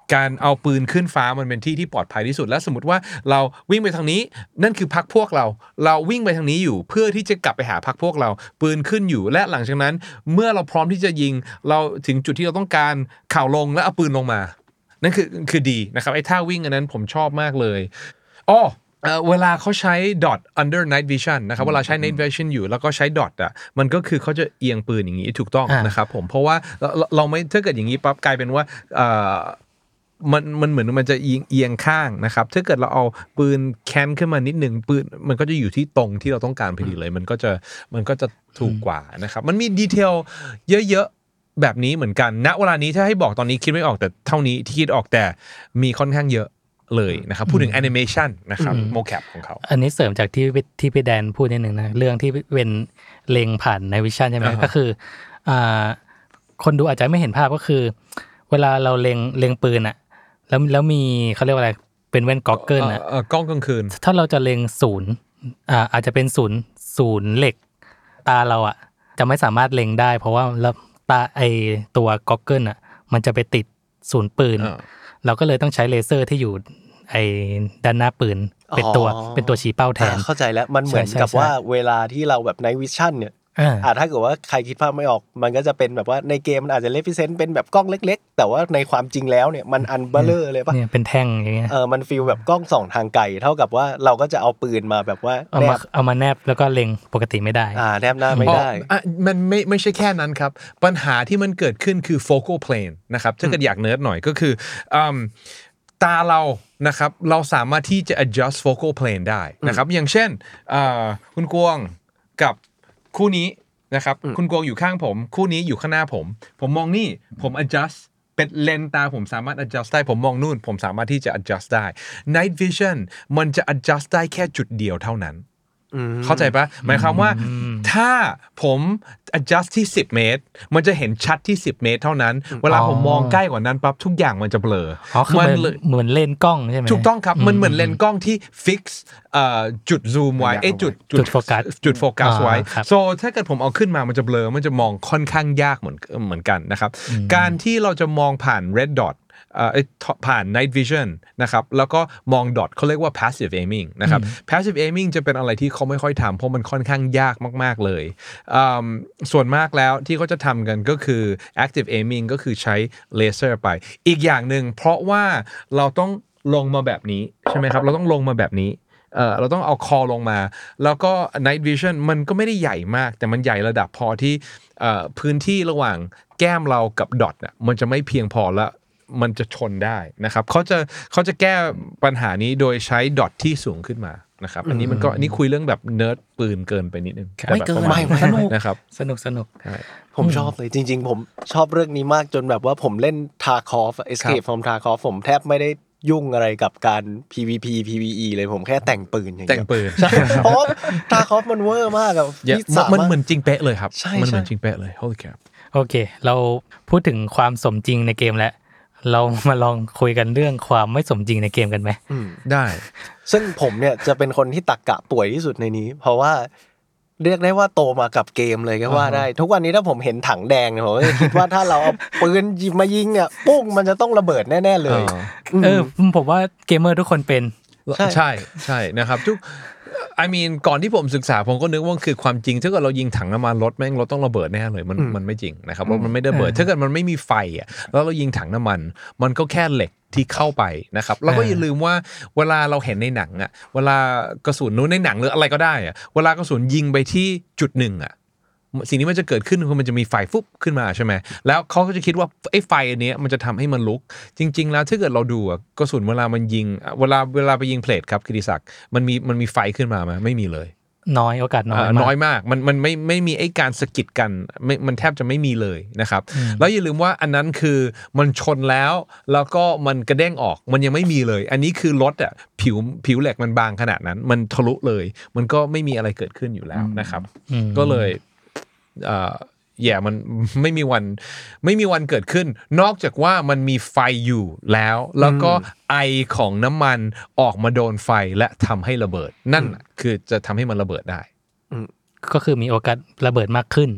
S3: การเอาปืนขึ้นฟ้ามันเป็นที่ที่ปลอดภัยที่สุดและสมมติว่าเราวิ่งไปทางนี้นั่นคือพรรคพวกเราเราวิ่งไปทางนี้อยู่เพื่อที่จะกลับไปหาพรรคพวกเราปืนขึ้นอยู่และหลังจากนั้นเมื่อเราพร้อมที่จะยิงเราถึงจุดที่เราต้องการข่าวลงและเอาปืนลงมานั่นคือคือดีนะครับไอ้ท่าวิ่งอันนั้นผมชอบมากเลยอ้อเอ่อเวลาเขาใช้ dot under night vision นะครับเวลาใช้ night vision อยู่แล้วก็ใช้ dot อ่ะมันก็คือเขาจะเอียงปืนอย่างนี้ถูกต้องนะครับผมเพราะว่าเราเราไม่ถ้าเกิดอย่างนี้ปั๊บกลายเป็นว่าเอ่อมันมันเหมือนมันจะเอียงเอียงข้างนะครับถ้าเกิดเราเอาปืนแคนขึ้นมานิดนึงปืนมันก็จะอยู่ที่ตรงที่เราต้องการพอดีเลยมันก็จะมันก็จะถูกกว่านะครับมันมีดีเทลเยอะๆแบบนี้เหมือนกันณเวลานี้ถ้าให้บอกตอนนี้คิดไม่ออกแต่เท่านี้ที่คิดออกแต่มีค่อนข้างเยอะเลยนะครับพูดถึงแอนิเมชันนะครับโมแคปของเขา
S4: อันนี้เสริมจากที่ที่พี่แดนพูดนิดนึงนะเรื่องที่เป็นเล็งผ่านในวิชั่นใช่ไหมก็คืออ่าคนดูอาจจะไม่เห็นภาพก็คือเวลาเราเล็งเล็งปืนอะแล้วแล้วมีเขาเรียกว่าอะไรเป็นแว่นก็อกเกิลอะ
S3: กล้องกลางคืน
S4: ถ้าเราจะเล็งศูนย์อ่าอาจจะเป็นศูนย์ศูนย์เหล็กตาเราอะจะไม่สามารถเล็งได้เพราะว่าแล้วตาไอตัวก็อกเกิลอะมันจะไปติดศูนย์ปืนเราก็เลยต้องใช้เลเซอร์ที่อยู่ไอ้ด้านหน้าปืนเป็นตัวเป็นตัวชี้เป้าแทน
S2: เข้าใจแล้วมันเหมือนกับว่าเวลาที่เราแบบในวิชั่นเนี่ยอ่าถ้าเกิดว่าใครคิดภาพไม่ออกมันก็จะเป็นแบบว่าในเกมมันอาจจะเลฟิเซนต์เป็นแบบกล้องเล็กๆแต่ว่าในความจริงแล้วเนี่ยมันอันเบลอเลยป่ะ
S4: เนี่ยเป็นแท่งอย่างเงี้ย
S2: เออมันฟีลแบบกล้องส่องทางไกลเท่ากับว่าเราก็จะเอาปืนมาแบบว่า
S4: เอามาเอามาแนบแล้วก็เล็งปกติไม่ได้
S2: อ่าแนบหน้าไม่ได้
S3: อ่ะมันไม่ไม่ใช่แค่นั้นครับปัญหาที่มันเกิดขึ้นคือ focal plane นะครับถ้าเกิดอยากเนิร์ดหน่อยก็คืออ่าตาเรานะครับเราสามารถที่จะ adjust focal plane ได้นะครับอย่างเช่นคุณกวงกับคู่นี้นะครับคุณกวงอยู่ข้างผมคู่นี้อยู่ข้างหน้าผมผมมองนี่ผม adjust เป็นเลนส์ตาผมสามารถ adjust ได้ผมมองนู่นผมสามารถที่จะ adjust ได้ night vision มันจะ adjust ได้แค่จุดเดียวเท่านั้นเข้าใจปะหมายความว่าถ้าผม adjust ที่สิบเมตรมันจะเห็นชัดที่สิบเมตรเท่านั้นเวลาผมมองใกล้กว่านั้นปั๊บทุกอย่างมันจะเบลอ
S4: มันเหมือนเลนส์กล้องใช่ไหม
S3: ถูกต้องครับมันเหมือนเลนส์กล้องที่ fix จุดซูมไว้เอ้จุด
S4: จุดโฟกัส
S3: จุดโฟกัสไว้ so ถ้าเกิดผมเอาขึ้นมามันจะเบลอมันจะมองค่อนข้างยากเหมือนเหมือนกันนะครับการที่เราจะมองผ่าน red dotเอ่อผ่าน night vision นะครับแล้วก็มอง dot เขาเรียกว่า passive aiming นะครับ passive aiming จะเป็นอะไรที่เขาไม่ค่อยทำเพราะมันค่อนข้างยากมากๆเลยส่วนมากแล้วที่เขาจะทำกันก็คือ active aiming ก็คือใช้เลเซอร์ไปอีกอย่างหนึ่งเพราะว่าเราต้องลงมาแบบนี้ใช่ไหมครับเราต้องลงมาแบบนี้เออเราต้องเอาคอลงมาแล้วก็ night vision มันก็ไม่ได้ใหญ่มากแต่มันใหญ่ระดับพอที่พื้นที่ระหว่างแก้มเรากับ dot น่ะมันจะไม่เพียงพอแล้วมันจะชนได้นะครับเขาจะเขาจะแก้ปัญหานี้โดยใช้ดอทที่สูงขึ้นมานะครับอันนี้มันก็อันนี้คุยเรื่องแบบเนิร์ดปืนเกินไปนิดนึง
S4: ไม่เกินไม่สนุกนะครับสนุกสนุก
S2: ผมชอบเลยจริงๆผมชอบเรื่องนี้มากจนแบบว่าผมเล่น Tarkov Escape from Tarkov ผมแทบไม่ได้ยุ่งอะไรกับการ พี วี พี พี วี อี เลยผมแค่แต่งปืนอย่างเงี้ย
S3: แต่งปืน
S2: ใช่เพราะ Tarkov มันเวอร์มากอะ
S3: มันเหมือนจริงเป๊ะเลยครับมันเหมือนจริงเป๊ะเลย Holy crap
S4: โอเคเราพูดถึงความสมจริงในเกมแล้วเรามาลองคุยกันเรื่องความไม่สมจริงในเกมกันไหม
S3: ได้
S2: ซึ่งผมเนี่ยจะเป็นคนที่ตักกะป่วยที่สุดในนี้เพราะว่าเรียกได้ว่าโตมากับเกมเลยก็ว่าได้ทุกวันนี้ถ้าผมเห็นถังแดงเนี่ยผมก็คิดว่าถ้าเราเอาปืนยิงมายิงเนี่ยปุ้งมันจะต้องระเบิดแน่ๆเลย
S4: เออผมว่าเกมเมอร์ทุกคนเป็น
S3: ใช่ใช่นะครับทุกI mean ก่อนที่ผมศึกษาผมก็นึกว่าคือความจริงถ้าเกิดเรายิงถังน้ำมันรถแม่งรถต้องระเบิดแน่เลยมันมันไม่จริงนะครับรถมันไม่ได้ระเบิดถ้าเกิดมันไม่มีไฟอ่ะแล้วเรายิงถังน้ำมันมันก็แค่เหล็กที่เข้าไปนะครับแล้วก็อย่าลืมว่าเวลาเราเห็นในหนังอ่ะเวลากระสุนนู้นในหนังหรืออะไรก็ได้อ่ะเวลากระสุนยิงไปที่จุดหนึ่งอ่ะสิ่งนี้มันจะเกิดขึ้นคือมันจะมีไฟฟุบขึ้นมาใช่ไหมแล้วเขาก็จะคิดว่าไอ้ไฟอันนี้มันจะทำให้มันลุกจริงๆแล้วถ้าเกิดเราดูอ่ะกระสุนเวลามันยิงเวลาเวลาไปยิงเพลทครับกิติศักดิ์มันมีมันมีไฟขึ้นมาไหมไม่มีเลย
S4: น้อยโอกาสน้อย
S3: น้อยมากมันมันไม่ไม่มีไอ้การสะกิดกันไม่มันแทบจะไม่มีเลยนะครับแล้วอย่าลืมว่าอันนั้นคือมันชนแล้วแล้วก็มันกระเด้งออกมันยังไม่มีเลยอันนี้คือรถอ่ะผิวผิวเหล็กมันบางขนาดนั้นมันทะลุเลยมันก็ไม่มีอะไรเกิดขึ้นอยู่แล้วนะครับก็เลยเอ่อแย่มันไม่มีวันไม่มีวันเกิดขึ้นนอกจากว่ามันมีไฟอยู่แล้วแล้วก็ไอของน้ำมันออกมาโดนไฟและทำให้ระเบิดนั่นคือจะทำให้มันระเบิดได้
S4: ก็คือมีโอกาสระเบิดมากขึ้น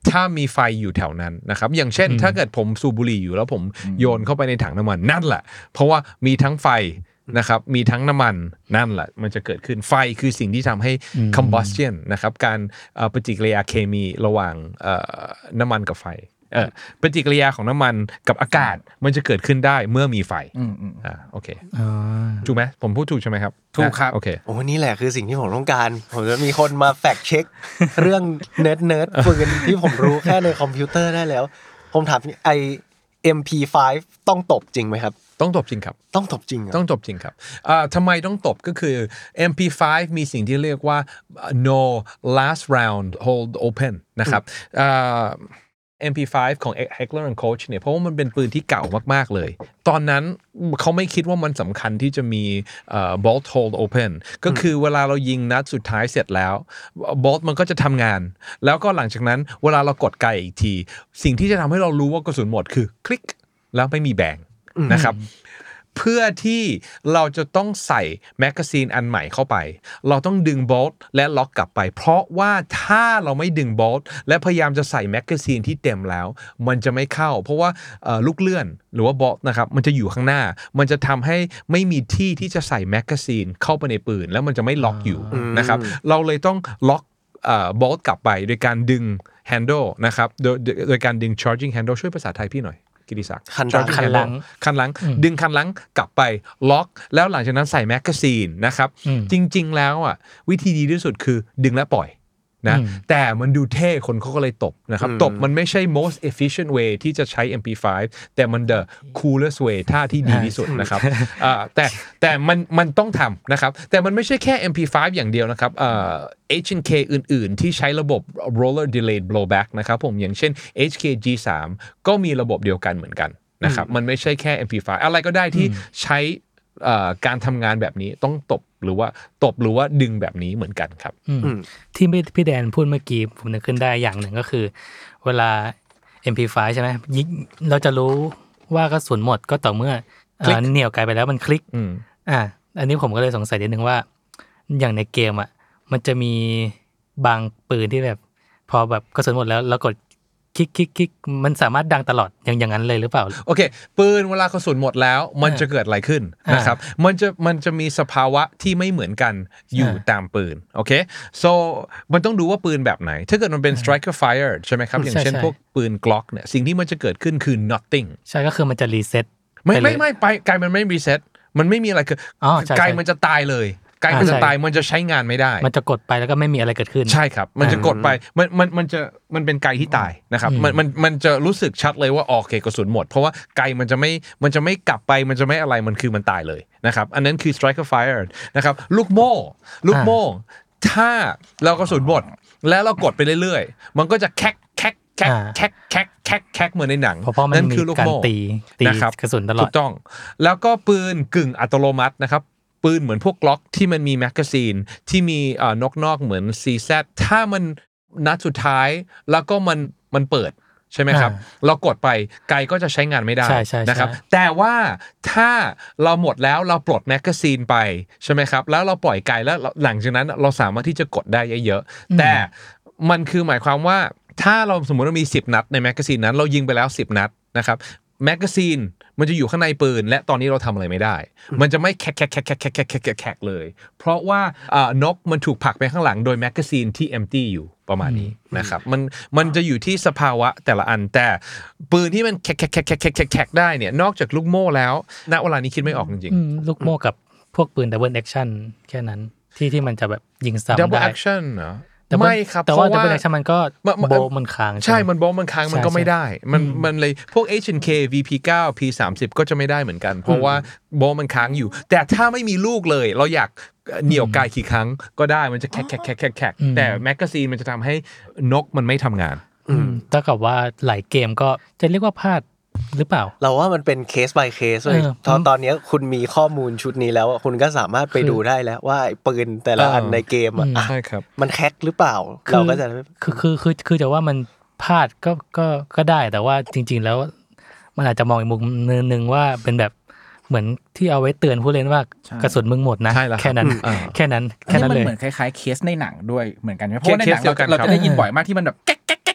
S3: ถ้ามีไฟอยู่แถวนั้นนะครับอย่างเช่นถ้าเกิดผมสูบบุหรี่อยู่แล้วผมโยนเข้าไปในถังน้ำมันนั่นแหละเพราะว่ามีทั้งไฟนะครับมีทั้งน้ำมันนั่นแหละมันจะเกิดขึ้นไฟคือสิ่งที่ทำให้ combustion นะครับการปฏิกิริยาเคมีระหว่างน้ำมันกับไฟปฏิกิริยาของน้ำมันกับอากาศมันจะเกิดขึ้นได้เมื่อมีไฟอ่าโอเคถูกไหมผมพูดถูกใช่ไหมครับ
S5: ถูกครับ
S3: โอเค
S2: โอ้นี่แหละคือสิ่งที่ผมต้องการผมจะมีคนมาแฟกเช็คเรื่องเนิร์ดเนิร์ดปืนที่ผมรู้แค่ในคอมพิวเตอร์ได้แล้วผมถามไอ เอ็ม พี ไฟว์ ต้องตบจริงไหมครับ
S3: ต้องตบจริงครับ
S2: ต้องตบจริง
S3: ต้องตบจริงครับอ่าทำไมต้องตบก็คือ เอ็ม พี ไฟว์ มีสิ่งที่เรียกว่า no last round hold open นะครับอ่าเอ็ม พี ไฟว์ ของ Heckler แอนด์ Koch เนี่ยเพราะว่ามันเป็นปืนที่เก่ามากๆเลยตอนนั้นเขาไม่คิดว่ามันสำคัญที่จะมี bolt hold open ก็คือเวลาเรายิงนัดสุดท้ายเสร็จแล้ว bolt มันก็จะทำงานแล้วก็หลังจากนั้นเวลาเรากดไกอีกทีสิ่งที่จะทำให้เรารู้ว่ากระสุนหมดคือคลิกแล้วไม่มีแบงนะครับเพื่อที่เราจะต้องใส่แมกกาซีนอันใหม่เข้าไปเราต้องดึงโบลต์และล็อกกลับไปเพราะว่าถ้าเราไม่ดึงโบลต์และพยายามจะใส่แมกกาซีนที่เต็มแล้วมันจะไม่เข้าเพราะว่าลูกเลื่อนหรือว่าโบลต์นะครับมันจะอยู่ข้างหน้ามันจะทำให้ไม่มีที่ที่จะใส่แมกกาซีนเข้าไปในปืนแล้วมันจะไม่ล็อกอยู่นะครับเราเลยต้องล็อกโบลต์กลับไปโดยการดึง handle นะครับโดยโดยการดึง charging handle ช่วยภาษาไทยพี่หน่อยกิติศักดิ์
S2: คันหลัง
S4: คันหลัง
S3: คันหลังดึงคันหลังกลับไปล็อกแล้วหลังจากนั้นใส่แมกกาซีนนะครับจริงๆแล้วอ่ะวิธีดีที่สุดคือดึงและปล่อยนะแต่มันดูเท่คนเขาก็เลยตบนะครับตบมันไม่ใช่ most efficient way ที่จะใช้ เอ็ม พี ไฟว์ แต่มัน the coolest way ท่าที่ดีที่สุดนะครับแต่แต่มันมันต้องทำนะครับแต่มันไม่ใช่แค่ เอ็ม พี ไฟว์ อย่างเดียวนะครับเอช เอ็น เค อื่นๆที่ใช้ระบบ roller delayed blowback นะครับผมอย่างเช่น เอช เค จี ทรี ก็มีระบบเดียวกันเหมือนกันนะครับมันไม่ใช่แค่ เอ็ม พี ไฟว์ อะไรก็ได้ที่ใช้การทำงานแบบนี้ต้องตบหรือว่าตบหรือว่าดึงแบบนี้เหมือนกันครับ
S4: ที่พี่แดนพูดเมื่อกี้ผมนึกขึ้นได้อย่างหนึ่งก็คือเวลา เอ็ม พี ไฟว์ ใช่ไหมเราจะรู้ว่ากระสุนหมดก็ต่อเมื่อเหนี่ยวไกลไปแล้วมันคลิกอ่าอันนี้ผมก็เลยสงสัยนิดนึงว่าอย่างในเกมอ่ะมันจะมีบางปืนที่แบบพอแบบกระสุนหมดแล้วเรากดคลิกคลิกคลิกมันสามารถดังตลอดอย่างอย่างนั้นเลยหรือเปล่า
S3: โอเคปืนเวลากระสุนหมดแล้วมันจะเกิดอะไรขึ้นนะครับมันจะมันจะมีสภาวะที่ไม่เหมือนกันอยู่ตามปืนโอเค so มันต้องดูว่าปืนแบบไหนถ้าเกิดมันเป็น striker fire ใช่ไหมครับอย่างเช่นพวกปืน Glock เนี่ยสิ่งที่มันจะเกิดขึ้นคือ nothing
S4: ใช่ก็คือมันจะรีเซ็ต
S3: ไม่ไม่ไม่ไปไกลมันไม่รีเซ็ตมันไม่มีอะไรคือไกลมันจะตายเลยไกลมันจะตายมันจะใช้งานไม่ได้
S4: มันจะกดไปแล้วก็ไม่มีอะไรเกิดขึ้น
S3: ใช่ครับมันจะกดไปมันมันมันจะมันเป็นไกลที่ตายนะครับมันมันมันจะรู้สึกชัดเลยว่าโอเคกระสุนหมดเพราะว่าไกลมันจะไม่มันจะไม่กลับไปมันจะไม่อะไรมันคือมันตายเลยนะครับอันนั้นคือ striker fire นะครับลูกโม่ลูกโม่ถ้าเรากระสุนหมดแล้วเรากดไปเรื่อยๆมันก็จะแคกแคกแคกแคกแคกแคกแคกเหมือนในหนัง
S4: นั่นคือลูกโม่ตีตีกระสุนตลอด
S3: ถูกต้องแล้วก็ปืนกึ่งอัตโนมัตินะครับปืนเหมือนพวกกล็อกที่มันมีแมกกาซีนที่มีเอ่อนอกนอกเหมือน ซี แซด ถ้ามันนัดสุดท้ายแล้วก็มันมันเปิดใช่ไหมครับเรากดไปไกลก็จะใช้งานไม่ได้นะครับแต่ว่าถ้าเราหมดแล้วเราปลดแมกกาซีนไปใช่ไหมครับแล้วเราปล่อยไกลแล้วหลังจากนั้นเราสามารถที่จะกดได้เยอะๆแต่มันคือหมายความว่าถ้าเราสมมติว่ามีสิบนัดในแมกกาซีนนั้นเรายิงไปแล้วสิบนัดนะครับแมกกาซีนมันจะอยู่ข้างในปืนและตอนนี้เราทำอะไรไม่ได้มันจะไม่แคกแคกแคกแคกแคกแคกแคกแคกเลยเพราะว่านกมันถูกผลักไปข้างหลังโดยแมกกาซีนที่ empty อยู่ประมาณนี้นะครับมันมันจะอยู่ที่สภาวะแต่ละอันแต่ปืนที่มันแคกแคกแคกแคกแคกแคกได้เนี่ยนอกจากลูกโม่แล้วณเวลานี้คิดไม่ออกจริง
S4: ๆลูกโม่กับพวกปืน double action แค่นั้นที่ที่มันจะแบบยิงซ้ำได้
S3: double action เหรอไม่ครับ
S4: แต่ว่าดับเบิลแอคชั่นมันก็โบมันค้าง
S3: ใช่มันโบมันค้างมันก็ไม่ได้มันมันเลยพวก เอช เอ็น เค วี พี ไนน์ พี สามสิบ ก็จะไม่ได้เหมือนกันเพราะว่าโบมันค้างอยู่แต่ถ้าไม่มีลูกเลยเราอยากเหนี่ยวไกลกี่ครั้งก็ได้มันจะแคกแคกแคกแคกแคกแต่แมกกาซีนมันจะทำให้นกมันไม่ทำงาน
S4: ถ้ากับว่าหลายเกมก็จะเรียกว่าพลาดหรือเปล่า
S2: เราว่ามันเป็นเคส by เคสเลยตอนตอนนี้คุณมีข้อมูลชุดนี้แล้วคุณก็สามารถไปดูได้แล้วว่าปืนแต่ละอันในเกมอ่ะ
S3: ใช่ครับ
S2: มันแคกหรือเปล่าเราก็จะ
S4: คือคือคือคือจะว่ามันพลาดก็ก็ก็ได้แต่ว่าจริงๆแล้วมันอาจจะมองอีกมุมนึงว่าเป็นแบบเหมือนที่เอาไว้เตือนผู้เล่นว่ากระสุนมึงหมดนะแค่นั้นแค่นั้นแค่นั้นเลย
S5: มันเหมือนคล้ายๆเคสในหนังด้วยเหมือนกันเพราะว่าในหนังเราเราจะได้ยินบ่อยมากที่มันแบบแก๊กแก๊กแก๊ก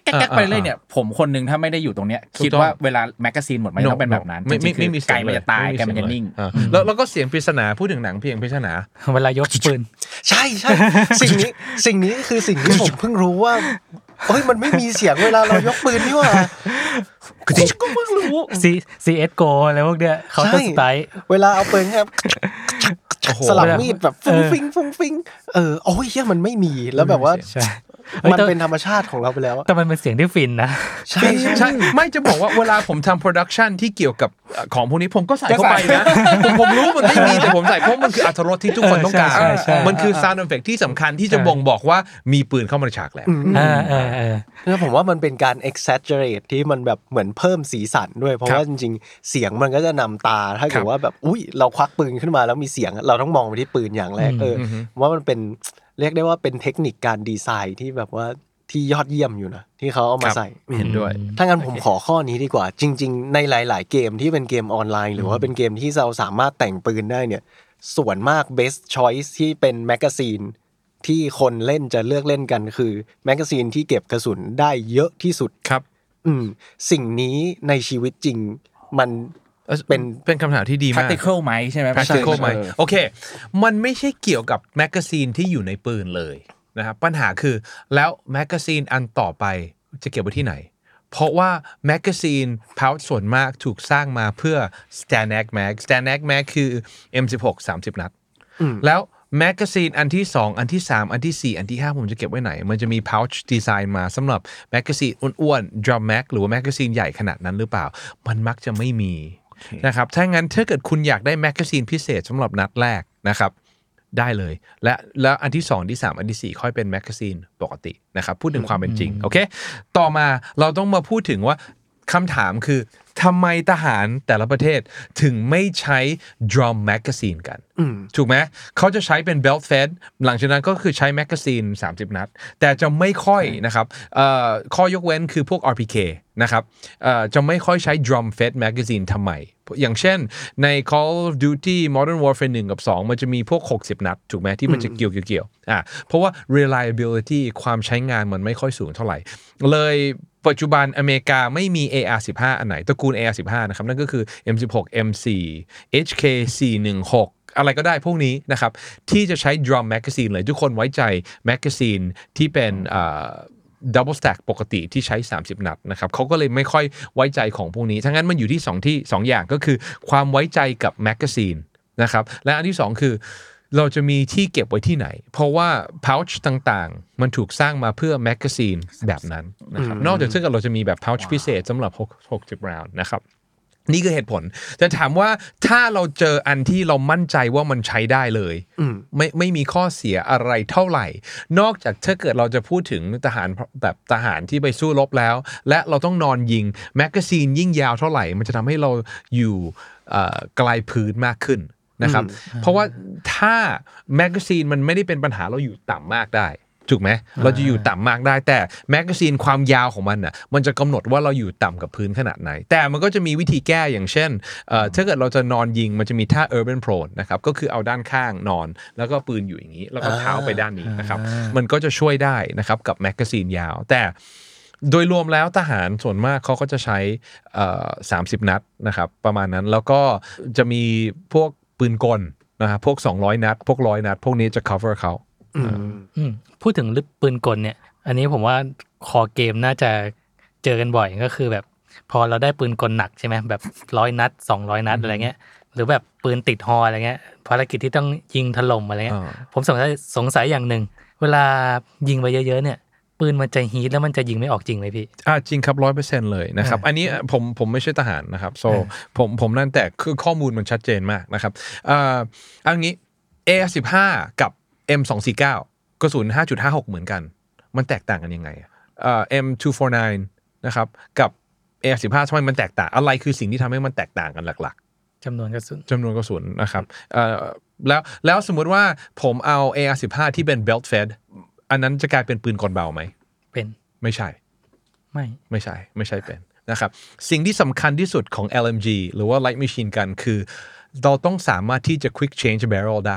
S5: แก๊กๆไปเรื่อยเนี่ยผมคนนึงถ้าไม่ได้อยู่ตรงเนี้ยคิดว่าเวลาแมกกาซีนหมดมันต้องเป็นแบบนั้นไม่ไม่มีไก่มันจะตายไก่มันจะนิ่ง
S3: แล้วแล้วก็เสียงปริศนาพูดถึงหนังเพียงปริศนา
S4: เวลายกปืน
S2: ใช่ใช่สิ่งนี้สิ่งนี้คือสิ่งที่ผมเพิ่งรู้ว่าเฮ้ยมันไม่มีเสียงเวลาเรายกปืนนี่หว่าก็เพิ่งรู้
S4: ซี ซี เอส Go อะไรพวกเนี้ยเขาต้องสไตล์
S2: เวลาเอาปืนครับสลับมีดแบบฟุ้งฟิ้งฟุ้งฟิ้งเออโอ้ยเหี้ยมันไม่มีแล้วแบบว่ามันเป็นธรรมชาติของเราไปแล้ว
S4: แต่มันเป็นเสียงที่ฟินนะ
S3: ใช่ใช่ไม่จะบอกว่าเวลาผมทำโปรดักชันที่เกี่ยวกับของพวกนี้ผมก็ใส่เข้าไปนะผมผมรู้มันไม่มีแต่ผมใส่เพราะมันคืออรรถรสที่ทุกคนต้องการมันคือ sound effect ที่สำคัญที่จะบ่งบอกว่ามีปืนเข้ามาในฉากแล้ว
S2: แล้วผมว่ามันเป็นการ exaggerate ที่มันแบบเหมือนเพิ่มสีสันด้วยเพราะว่าจริงๆเสียงมันก็จะนำตาถ้าเกิดว่าแบบอุ้ยเราควักปืนขึ้นมาแล้วมีเสียงเราต้องมองไปที่ปืนอย่างแรกเออว่ามันเป็นเรียกได้ว่าเป็นเทคนิคการดีไซน์ที่แบบว่าที่ยอดเยี่ยมอยู่นะที่เขาเอามาใส่
S3: เห็นด้วย
S2: ถ้างั้นผมขอข้อนี้ดีกว่าจริงๆในหลายๆเกมที่เป็นเกมออนไลน์หรือว่าเป็นเกมที่เราสามารถแต่งปืนได้เนี่ยส่วนมาก best choice ที่เป็นแมกกาซีนที่คนเล่นจะเลือกเล่นกันคือแมกกาซีนที่เก็บกระสุนได้เยอะที่สุด
S3: ครับ
S2: อืมสิ่งนี้ในชีวิตจริงมัน
S3: เป็นเป็นคำถามที่ดีมาก
S5: practical ไหมใช่ไหม
S3: practical ไหมโอเคมันไม่ใช่เกี่ยวกับแมกกาซีนที่อยู่ในปืนเลยนะครับปัญหาคือแล้วแมกกาซีนอันต่อไปจะเก็บไว้ที่ไหนเพราะว่าแมกกาซีนพาวช์ส่วนมากถูกสร้างมาเพื่อ Stanag Mag Stanag Mag คือ เอ็ม สิบหก สามสิบ นัดแล้วแมกกาซีนอันที่สองอันที่สามอันที่สี่อันที่ห้าผมจะเก็บไว้ไหนมันจะมี pouch design มาสำหรับแมกกาซีนอ้วนๆ drum mag หรือว่าแมกกาซีนใหญ่ขนาดนั้นหรือเปล่ามันมักจะไม่มีนะครับถ้างั้นถ้าเกิดคุณอยากได้แมกกาซีนพิเศษสำหรับนัดแรกนะครับได้เลยและแล้วอันที่สองที่สามอันที่สี่ค่อยเป็นแมกกาซีนปกตินะครับพูดถึงความเป็นจริงโอเคต่อมาเราต้องมาพูดถึงว่าคำถามคือทำไมทหารแต่ละประเทศถึงไม่ใช้ drum magazine กันถูกไหมเขาจะใช้เป็น belt fed หลังจากนั้นก็คือใช้ magazine สามสิบ นัดแต่จะไม่ค่อยนะครับข้อยกเว้นคือพวก อาร์ พี เค นะครับจะไม่ค่อยใช้ drum fed magazine ทำไมอย่างเช่นใน Call of Duty Modern Warfare หนึ่งกับสองมันจะมีพวกหกสิบนัดถูกไหมที่มันจะเกี่ยวเกี่ยวอ่ะเพราะว่า reliability ความใช้งานมันไม่ค่อยสูงเท่าไหร่เลยปัจจุบันอเมริกาไม่มี เอ อาร์ สิบห้า อันไหนตระกูล เอ อาร์ สิบห้า นะครับนั่นก็คือ เอ็ม สิบหก เอ็ม โฟร์ เอช เค สี่ หนึ่ง หก อะไรก็ได้พวกนี้นะครับที่จะใช้ drum magazine เลยทุกคนไว้ใจ magazine ที่เป็นอ่าdouble stack ปกติที่ใช้สามสิบนัดนะครับเขาก็เลยไม่ค่อยไว้ใจของพวกนี้ทั้งนั้นมันอยู่ที่สองที่สองอย่างก็คือความไว้ใจกับแมกกาซีนนะครับและอันที่สองคือเราจะมีที่เก็บไว้ที่ไหนเพราะว่า pouch ต่างๆมันถูกสร้างมาเพื่อแมกกาซีนแบบนั้นนะครับนอกจากซึ่งเราจะมีแบบ pouch พิเศษสำหรับหกสิบ round นะครับนี่คือเหตุผลจะถามว่าถ้าเราเจออันที่เรามั่นใจว่ามันใช้ได้เลยไม่ไม่มีข้อเสียอะไรเท่าไหร่นอกจากถ้าเกิดเราจะพูดถึงทหารแบบทหารที่ไปสู้รบแล้วและเราต้องนอนยิงแมกกาซีนยิ่งยาวเท่าไหร่มันจะทำให้เราอยู่ไกลพื้นมากขึ้นนะครับเพราะว่าถ้าแมกกาซีนมันไม่ได้เป็นปัญหาเราอยู่ต่ำมากได้ถูกไหมเราจะอยู่ต่ำมากได้แต่แมกกาซีนความยาวของมันน่ะมันจะกำหนดว่าเราอยู่ต่ำกับพื้นขนาดไหนแต่มันก็จะมีวิธีแก้อย่างเช่นถ้าเกิดเราจะนอนยิงมันจะมีท่า urban prone นะครับก็คือเอาด้านข้างนอนแล้วก็ปืนอยู่อย่างนี้แล้วก็เท้าไปด้านนี้นะครับมันก็จะช่วยได้นะครับกับแมกกาซีนยาวแต่โดยรวมแล้วทหารส่วนมากเขาก็จะใช้สามสิบนัดนะครับประมาณนั้นแล้วก็จะมีพวกปืนกลนะครับพวกสองร้อยนัดพวกหนึ่งร้อยนัดพวกนี้จะ cover เขา
S4: พูดถึงลึกปืนกลเนี่ยอันนี้ผมว่าคอเกมน่าจะเจอกันบ่อยก็คือแบบพอเราได้ปืนกลหนักใช่ไหมแบบร้อยนัดสองร้อยนัดอะไรเงี้ยหรือแบบปืนติดฮออะไรเงี้ยภารกิจที่ต้องยิงถล่มอะไรเงี้ยผมสงสัยสงสัยอย่างหนึ่งเวลายิงไปเยอะๆเนี่ยปืนมันจะฮีทแล้วมันจะยิงไม่ออกจริงไหมพี่
S3: อ่าจริงครับ ร้อยเปอร์เซ็นต์ เลยนะครับอันนี้ผมผมไม่ใช่ทหารนะครับโซผมผมนั่นแต่คือข้อมูลมันชัดเจนมากนะครับอ่าอันนี้ เอ อาร์ สิบห้า กับ เอ็ม สองสี่เก้ากระสุน ห้าจุดห้าหก เหมือนกันมันแตกต่างกันยังไงเอ่อ เอ็ม สองสี่เก้า นะครับกับ เอ อาร์ สิบห้า ทำไมมันแตกต่างอะไรคือสิ่งที่ทำให้มันแตกต่างกันหลัก
S4: ๆจำนวนกระสุน
S3: จำนวนกระสุนนะครับเอ่อแล้วแล้วสมมุติว่าผมเอา เอ อาร์ สิบห้า ที่เป็น belt fed อันนั้นจะกลายเป็นปืนกลเบาไหม
S4: เป็น
S3: ไม่ใช่
S4: ไม่
S3: ไม่ใช่ไม่ใช่เป็นนะครับสิ่งที่สำคัญที่สุดของ แอล เอ็ม จี หรือว่า light machine gun คือเราต้องสามารถที่จะ quick change barrel ได้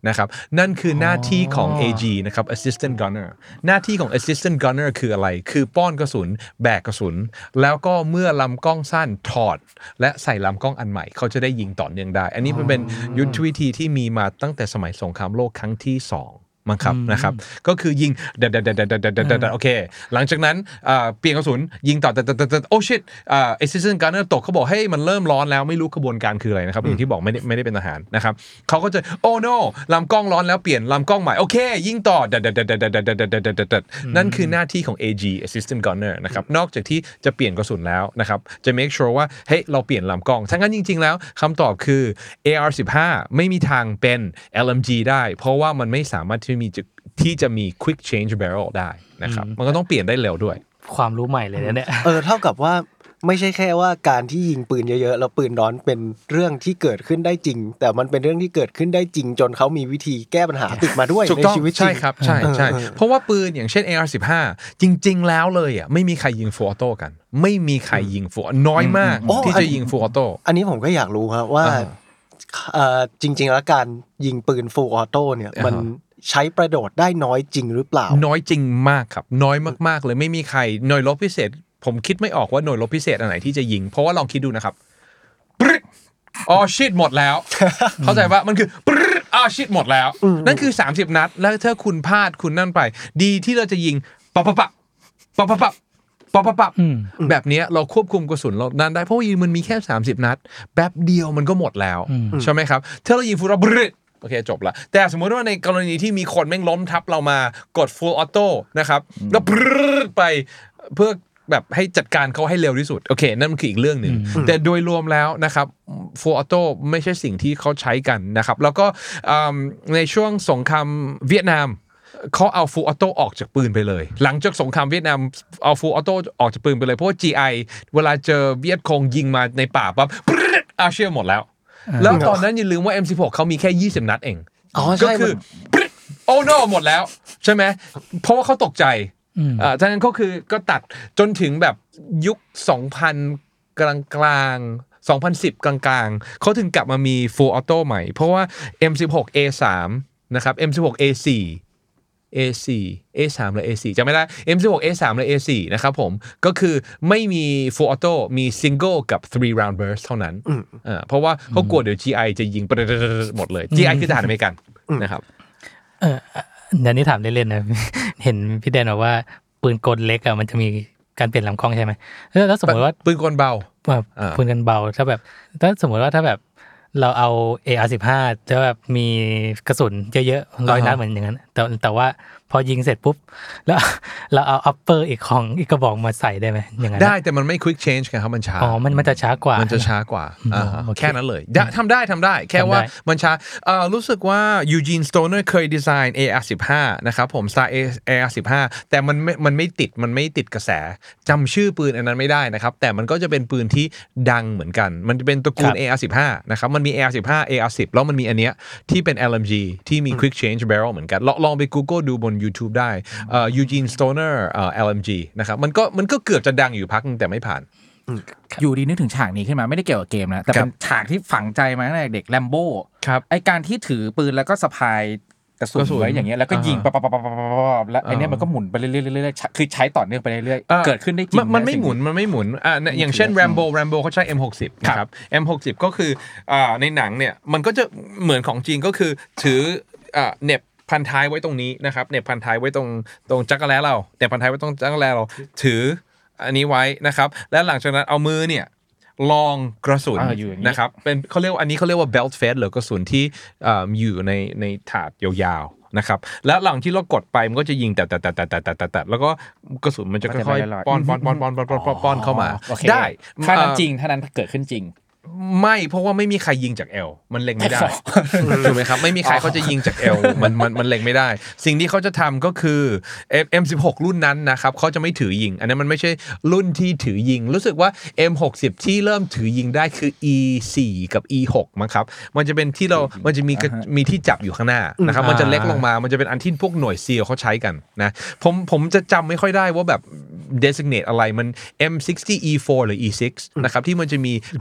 S3: นะครับนั่นคือหน้าที่ของ เอ จี นะครับ Assistant Gunner หน้าที่ของ Assistant Gunner คืออะไรคือป้อนกระสุนแบกกระสุนแล้วก็เมื่อลำกล้องสั้นถอดและใส่ลำกล้องอันใหม่เขาจะได้ยิงต่อเนื่องได้อันนี้เป็นยุทธวิธีที่มีมาตั้งแต่สมัยสงครามโลกครั้งที่สองมั้งครับนะครับก็คือยิงเดดเดดเดดเดดเดดโอเคหลังจากนั้นเปลี่ยนกระสุนยิงต่อแต่แต่โอ้ชิตเอซิสแตนต์การ์เนอร์ตกเขาบอกให้มันเริ่มร้อนแล้วไม่รู้กระบวนการคืออะไรนะครับอย่างที่บอกไม่ได้ไม่ได้เป็นทหารนะครับเขาก็จะโอ้ no ลำกล้องร้อนแล้วเปลี่ยนลำกล้องใหม่โอเคยิงต่อเดดเดดเดดเดดเดดเดดเดดเดดนั่นคือหน้าที่ของ เอ จี Assistant Gunner นะครับนอกจากที่จะเปลี่ยนกระสุนแล้วนะครับจะ make sure ว่าเฮ้ยเราเปลี่ยนลำกล้องทั้งนั้นจริงๆแล้วคำตอบคือ เอ อาร์ สิบห้า ไม่มีทางเป็น แอล เอ็ม จี ได้เพราะว่ามันไม่สามารถที่มีที่จะมี quick change barrel ได้นะครับมันก็ต้องเปลี่ยนได้เร็วด้วย
S4: ความรู้ใหม่เลยนะเนี่ย
S2: เออเท่ากับว่าไม่ใช่แค่ว่าการที่ยิงปืนเยอะๆแล้วปืนร้อนเป็นเรื่องที่เกิดขึ้นได้จริงแต่มันเป็นเรื่องที่เกิดขึ้นได้จริงจนเขามีวิธีแก้ปัญหาติดมาด้วยในชีวิตจริง
S3: ใช่ครับใช่ใช่เพราะว่าปืนอย่างเช่น เอ อาร์ สิบห้า จริงๆแล้วเลยอ่ะไม่มีใครยิง full auto กันไม่มีใครยิง full น้อยมากที่จะยิง full auto
S2: อันนี้ผมก็อยากรู้ครับว่าเอ่อจริงๆแล้วการยิงปืน full auto เนี่ยมันใช้ประโยชน์ได้น้อยจริงหรือเปล่า
S3: น้อยจริงมากครับน้อยมากๆเลยไม่มีใครหน่วยรบพิเศษผมคิดไม่ออกว่าหน่วยรบพิเศษอันไหนที่จะยิงเพราะว่าลองคิดดูนะครับอ๋อชิตหมดแล้วเข้าใจว่ามันคืออ๋อชิตหมดแล้วนั่นคือสามสิบนัดแล้วถ้าคุณพลาดคุณนั่นไปดีที่เราจะยิงปะปะปะปะปะปะปะปะปะแบบนี้เราควบคุมกระสุนเรานั่นได้เพราะว่ายิงมันมีแค่สามสิบนัดแป๊บเดียวมันก็หมดแล้วใช่ไหมครับถ้าเรายิงฟูลโอเคจบละแต่สมมติว่าในกรณีที่มีคนแม่งล้มทับเรามากด full auto นะครับแล้วไปเพื่อแบบให้จัดการเขาให้เร็วที่สุดโอเคนั่นมันคืออีกเรื่องหนึ่งแต่โดยรวมแล้วนะครับ full auto ไม่ใช่สิ่งที่เขาใช้กันนะครับแล้วก็ในช่วงสงครามเวียดนามเขาเอา full auto ออกจากปืนไปเลยหลังจากสงครามเวียดนามเอา full auto ออกจากปืนไปเลยเพราะว่า จี ไอ เวลาเจอเวียดคงยิงมาในป่าปั๊บอาเชียหมดแล้วแล้วตอนนั้นอย่าลืมว่า เอ็ม สิบหก เขามีแค่ยี่สิบนัดเองก็คือโอ้ no หมดแล้วใช่ไหมเพราะว่าเขาตกใจอ่าฉะนั้นก็คือก็ตัดจนถึงแบบยุคสองพันกลางกลางสองพันสิบกลางๆเขาถึงกลับมามี full auto ใหม่เพราะว่า เอ็ม สิบหก เอ สาม นะครับ เอ็ม สิบหก เอ สี่ เอ สี่ เอ สาม หรือ เอ สี่ จำไม่ได้ เอ็ม สิบหก เอ สาม หรือ เอ สี่ นะครับผมก็คือไม่มี full auto มี single กับ three round burst เท่านั้นอ่าเพราะว่าเขากลัวเดี๋ยว จี ไอ จะยิงหมดเลย จี ไอ คือทหารอเมริกันนะครับ
S4: เออเดี๋ยวนี้ถามเล่นๆนะเห็นพี่แดนบอกว่าปืนกลเล็กอ่ะมันจะมีการเปลี่ยนลำกล้องใช่ไหมแล้วสมมติว่า
S3: ปืนกลเบา
S4: แบบปืนกลเบาถ้าแบบถ้าสมมติว่าถ้าแบบเราเอา เอ อาร์ สิบห้า จะแบบมีกระสุนเยอะๆร้อยนัดเหมือนอย่างนั้นแต่แต่ว่าพอยิงเสร็จปุ๊บแล้วเราเอาอัปเปอร์อีกของอีกกระบอกมาใส่ได้ไหมอย่างนั้น
S3: ได้แต่มันไม่ quick change ไงครับมันช้า
S4: อ๋อมันมันจะช้ากว่า
S3: มันจะช้ากว่าแค่นั้นเลยทำได้ทำได้แค่ว่ามันช้ารู้สึกว่า Eugene Stoner เคยดีไซน์ เอ อาร์ สิบห้า นะครับผม Star เอ อาร์ สิบห้า แต่มันไม่มันไม่ติดมันไม่ติดกระแสจำชื่อปืนอันนั้นไม่ได้นะครับแต่มันก็จะเป็นปืนที่ดังเหมือนกันมันจะเป็นตระกูล เอ อาร์ สิบห้า นะครับมันมี เอ อาร์ สิบห้า เอ อาร์ สิบ แล้วมันมีอันเนี้ยที่เป็น แอล เอ็ม จี ที่มี quick change barrel เหมือนกันลองไป Google ดูบน YouTubeได้เอ่อ Eugene Stoner เอ่อ แอล เอ็ม จี นะครับมันก็มันก็เกือบจะดังอยู่พักนึงแต่ไม่ผ่าน
S5: อยู่ดีนึกถึงฉากนี้ขึ้นมาไม่ได้เกี่ยวกับเกมนะแต่เป็นฉากที่ฝังใจมาตั้งแต่เด็กแลมโบ้ไอการที่ถือปืนแล้วก็สะพายกระสุนไว้อย่างเงี้ยแล้วก็ยิงปั๊บๆๆๆแล้วไอเนี้ยมันก็หมุนไปเรื่อยๆคือใช้ต่อเนื่องไปเรื่อยๆเกิดขึ้นได้จริง
S3: มันไม่หมุนมันไม่หมุนอ่าอย่างเช่น Rambo Rambo เขาใช้ เอ็ม หกสิบ นะครับ เอ็ม หกสิบ ก็คืออ่าในหนังเนี่ยมันก็จะเหมือนของจริงก็คือถืออ่าเน็บพันท้ายไว้ตรงนี้นะครับเน็บพันท้ายไว้ตรงตรงจักรแล้เราเน็บพันท้ายไว้ตรงจักรแล้เราถืออันนี้ไว้นะครับแล้วหลังจากนั้นเอามือเนี่ยลองกระสุนนะครับเป็นเขาเรียกอันนี้เขาเรียกว่า belt fed หรือกระสุนที่อ่าอยู่ในในถาดยาวๆนะครับแล้วหลังที่เรากดไปมันก็จะยิงแต่แต่แต่แต่แต่แต่แต่แล้วก็กระสุนมันจะค่อยๆป้อนป้อนป้อนป้อนป้อนป้อนเข้ามาได้
S5: ถ้านั้นจริงถ้านั้นเกิดขึ้นจริง
S3: ไม่เพราะว่าไม่มีใครยิงจากเอลมันเล็งไม่ได้ถูกไหมครับไม่มีใครเขาจะยิงจากเอลมันมันมันเล็งไม่ได้สิ่งที่เขาจะทำก็คือ เอ็ม สิบหก รุ่นนั้นนะครับเขาจะไม่ถือยิงอันนั้นมันไม่ใช่รุ่นที่ถือยิงรู้สึกว่า เอ็ม หกสิบ ที่เริ่มถือยิงได้คือ อี สี่ กับ อี หก มั้งครับมันจะเป็นที่เรามันจะมีมีที่จับอยู่ข้างหน้านะครับมันจะเล็กลงมามันจะเป็นอันที่พวกหน่วยซีลเขาใช้กันนะผมผมจะจำไม่ค่อยได้ว่าแบบ designate อะไรมัน เอ็ม หกสิบ อี โฟร์ หรือ อี ซิกซ์ นะครับที่มันจะมีกริปอยู่ข้างหน้า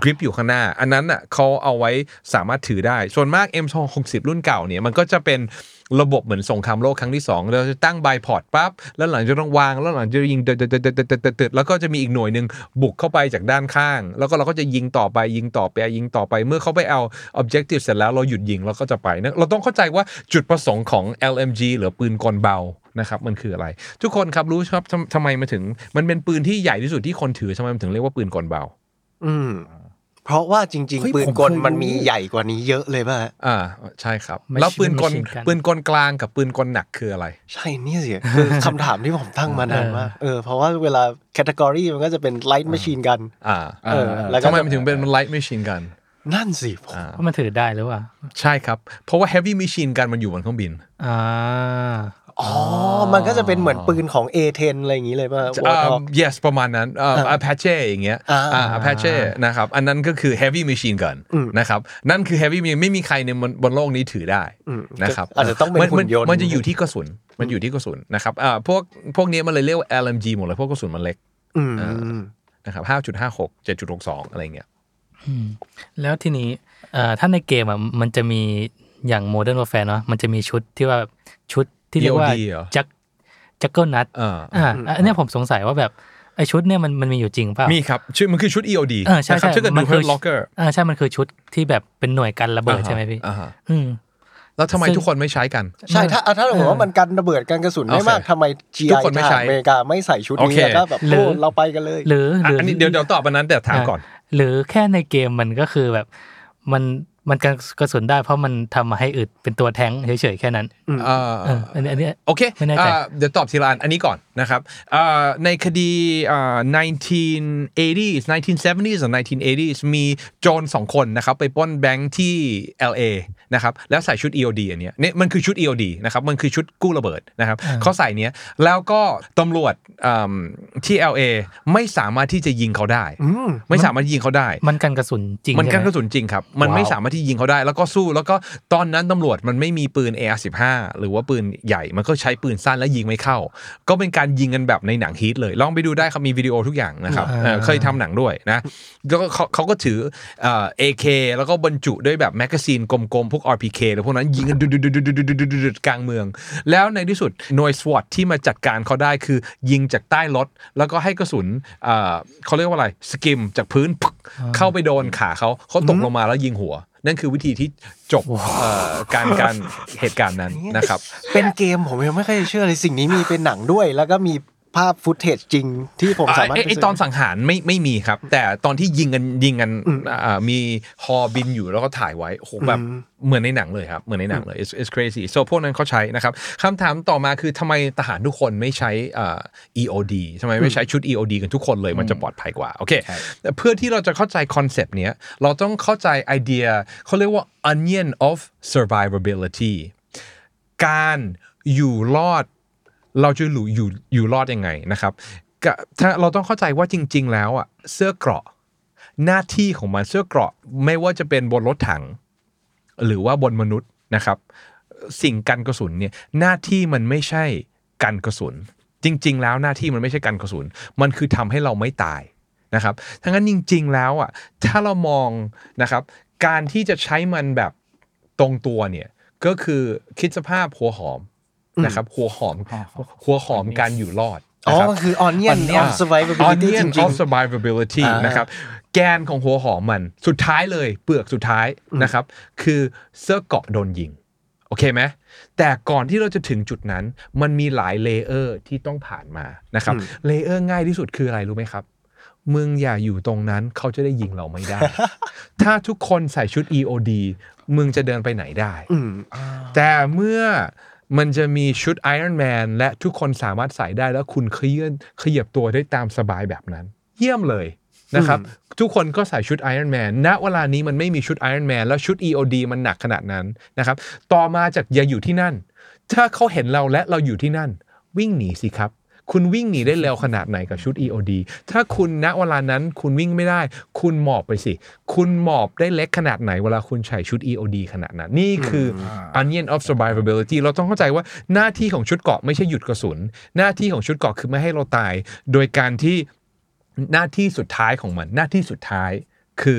S3: หน้าอันนั้นอ่ะเขาเอาไว้สามารถถือได้ส่วนมาก เอ็ม หกสิบ รุ่นเก่าเนี่ยมันก็จะเป็นระบบเหมือนสงครามโลกครั้งที่สองเราจะตั้งไบพอร์ตปั๊บแล้วหลังจะต้องวางแล้วหลังจะยิงตึดๆๆๆๆแล้วก็จะมีอีกหน่วยนึงบุกเข้าไปจากด้านข้างแล้วก็เราก็จะยิงต่อไปยิงต่อไปยิงต่อไปเมื่อเขาไปเอา objective เสร็จแล้วเราหยุดยิงเราก็จะไปนะเราต้องเข้าใจว่าจุดประสงค์ของ แอล เอ็ม จี หรือปืนกลเบานะครับมันคืออะไรทุกคนครับรู้ครับทำไมมันถึงมันเป็นปืนที่ใหญ่ที่สุดที่คนถือทำไมมันถึงเรียกว่าปืนกลเบา
S2: อืมเพราะว่าจริงๆปืนกลมันมีใหญ่กว่านี้เยอะเลยป่ะ
S3: อ่าใช่ครับแล้วปืนกลปืนกลกลางกับปืนกลหนักคืออะไร
S2: ใช่นี่สิคือคำถามที่ผมตั้งมานานมากเออเพราะว่าเวลาแคตตากรีมันก็จะเป็น light machine gun
S3: อ่า
S2: เออแล้ว
S3: ทำไมมันถึงเป็น light machine gun
S2: นั่นสิ
S4: เพราะมันถือได้หรือเปล่า
S3: ใช่ครับเพราะว่า heavy machine gun มันอยู่บนเครื่องบิน
S4: อ่า
S2: อ๋อมันก็จะเป็นเหมือนปืนของ เอ เท็น อะไรอย่างนี้เลยป่ะ
S3: yes ประมาณนั้นเอ่อ Apache อย่างเงี้ยอ่า Apache นะครับอันนั้นก็คือ heavy machine gun นะครับนั่นคือ heavy ไม่มีใครในบนโลกนี้ถือได้นะครับ
S2: อาจจะต้องเป็นหุ่นยนต์
S3: มันจะอยู่ที่กระสุนมันอยู่ที่กระสุนนะครับอ่าพวกพวกนี้มันเลยเรียกว่า แอล เอ็ม จี หมดเลยพวกกระสุนมันเล็กนะครับ ห้าจุดห้าหก เจ็ดจุดหกสอง อะไรเงี้ย
S4: แล้วทีนี้เอ่อถ้าในเกมอ่ะมันจะมีอย่าง Modern Warfare เนาะมันจะมีชุดที่ว่าชุดที่เรียกว่าจักจักเกิลนัทอ่าอันนี้ผมสงสัยว่าแบบไอชุดเนี่ยมันมันมีอยู่จริงเปล่า
S3: มีครับชื่อมันคือชุด อี โอ ดี
S4: อ่าใช่ใช่
S3: มันคือ locker
S4: อ่าใช่มันคือชุดที่แบบเป็นหน่วยกันระเบิดใช่ไหมพี่อืม
S3: แล้วทำไมทุกคนไม่ใช้กัน
S2: ใช่ถ้าถ้าผมว่ามันกันระเบิดกันกระสุนไม่มากทำไม จี ไอ ทหารอเมริกาไม่ใส่ชุดนี้แล้วก็แบบโอ้เราไปกันเลย
S4: หรือ
S3: อันนี้เดี๋ยวเดี๋ยวตอบอันนั้นแต่ถามก่อน
S4: หรือแค่ในเกมมันก็คือแบบมันมันกันกระสุนได้เพราะมันทำมาให้อึดเป็นตัวแท้งเฉยๆแค่นั้น
S3: อ่า
S4: อันนี้อันนี้
S3: โอเคไม่แน่ใจเดี๋ยวตอบทีละอันอันนี้ก่อนนะครับในคดีอ่า nineteen eighties nineteen seventies หรือ nineteen eighties มีโจรสองคนนะครับไปปล้นแบงค์ที่ แอล เอ นะครับแล้วใส่ชุด อี โอ ดี อันเนี้ยเนี่ยมันคือชุด อี โอ ดี นะครับมันคือชุดกู้ระเบิดนะครับเขาใส่เนี้ยแล้วก็ตำรวจที่ แอล เอ ไม่สามารถที่จะยิงเขาได้ไม่สามารถยิงเขาได้
S4: มันกันกระสุนจริง
S3: มันกันกระสุนจริงครับมันไม่สามารถที่ยิงเขาได้แล้วก็สู้แล้วก็ตอนนั้นตำรวจมันไม่มีปืน เอ อาร์ สิบห้า หรือว่าปืนใหญ่มันก็ใช้ปืนสั้นแล้วยิงไม่เข้าก็เป็นการยิงกันแบบในหนังฮีทเลยลองไปดูได้ครับมีวิดีโอทุกอย่างนะครับเคยทำหนังด้วยนะแล้วก็เขาก็ถือเอ่อ เอ เค แล้วก็บรรจุด้วยแบบแมกกาซีนกลมๆพวก อาร์ พี เค แล้วพวกนั้นยิงกันดุดๆๆๆๆกลางเมืองแล้วในที่สุดหน่วย สวอต ที่มาจัดการเขาได้คือยิงจากใต้รถแล้วก็ให้กระสุนเอ่อเขาเรียกว่าอะไรสกิมจากพื้นเข้าไปโดนขาเขาเขาตกลงมาแล้วยิงหัวนั่นคือวิธีที่จบการการเหตุการณ์นั้นนะครับ
S2: เป็นเกมผมยังไม่ค่อยเชื่อเลยสิ่งนี้มีเป็นหนังด้วยแล้วก็มีภาพฟุตเทจจริงที่ผมสามารถ
S3: ไอ้ตอนสังหารไม่ไม่มีครับแต่ตอนที่ยิงกันยิงกันมีฮอบินอยู่แล้วก็ถ่ายไว้โอ้โหแบบเหมือนในหนังเลยครับเหมือนในหนังเลย it's it's crazy so พวกนั้นเขาใช้นะครับคำถามต่อมาคือทำไมทหารทุกคนไม่ใช้ อี โอ ดี ทำไมไม่ใช้ชุด อี โอ ดี กันทุกคนเลยมันจะปลอดภัยกว่าโอเคเพื่อที่เราจะเข้าใจคอนเซปต์เนี้ยเราต้องเข้าใจไอเดียเขาเรียกว่า onion of survivability การอยู่รอดเราจะอยู่อยู่อยู่รอดยังไงนะครับถ้าเราต้องเข้าใจว่าจริงๆแล้วอ่ะเสื้อเกราะหน้าที่ของมันเสื้อเกราะไม่ว่าจะเป็นบนรถถังหรือว่าบนมนุษย์นะครับสิ่งกันกระสุนเนี่ยหน้าที่มันไม่ใช่กันกระสุนจริงๆแล้วหน้าที่มันไม่ใช่กันกระสุนมันคือทำให้เราไม่ตายนะครับทั้งนั้นจริงๆแล้วอ่ะถ้าเรามองนะครับการที่จะใช้มันแบบตรงตัวเนี่ยก็คือคิดสภาพหัวหอมนะครับหัวหอมหัวหอมการอยู่รอด
S2: อ๋อคือ onion of survivability
S3: onion of survivability นะครับแกนของหัวหอมมันสุดท้ายเลยเปลือกสุดท้ายนะครับคือเสื้อเกราะโดนยิงโอเคไหมแต่ก่อนที่เราจะถึงจุดนั้นมันมีหลายเลเยอร์ที่ต้องผ่านมานะครับเลเยอร์ง่ายที่สุดคืออะไรรู้ไหมครับมึงอย่าอยู่ตรงนั้นเขาจะได้ยิงเราไม่ได้ ถ้าทุกคนใส่ชุด อี โอ ดี มึงจะเดินไปไหนได้แต่เมื่อมันจะมีชุด Iron Man และทุกคนสามารถใส่ได้แล้วคุณเคลื่อนขยับตัวได้ตามสบายแบบนั้นเยี่ยมเลยนะครับทุกคนก็ใส่ชุด Iron Man ณเวลานี้มันไม่มีชุด Iron Man แล้วชุด อี โอ ดี มันหนักขนาดนั้นนะครับต่อมาจากอย่าอยู่ที่นั่นถ้าเขาเห็นเราและเราอยู่ที่นั่นวิ่งหนีสิครับคุณวิ่งหนีได้เร็วขนาดไหนกับชุด อี โอ ดี ถ้าคุณณเวลานั้นคุณวิ่งไม่ได้คุณหมอบไปสิคุณหมอบได้เล็กขนาดไหนเวลาคุณใส่ชุด อี โอ ดี ขนาดนั้นนี่คือ onion of survivability เราต้องเข้าใจว่าหน้าที่ของชุดเกราะไม่ใช่หยุดกระสุนหน้าที่ของชุดเกราะคือไม่ให้เราตายโดยการที่หน้าที่สุดท้ายของมันหน้าที่สุดท้ายคือ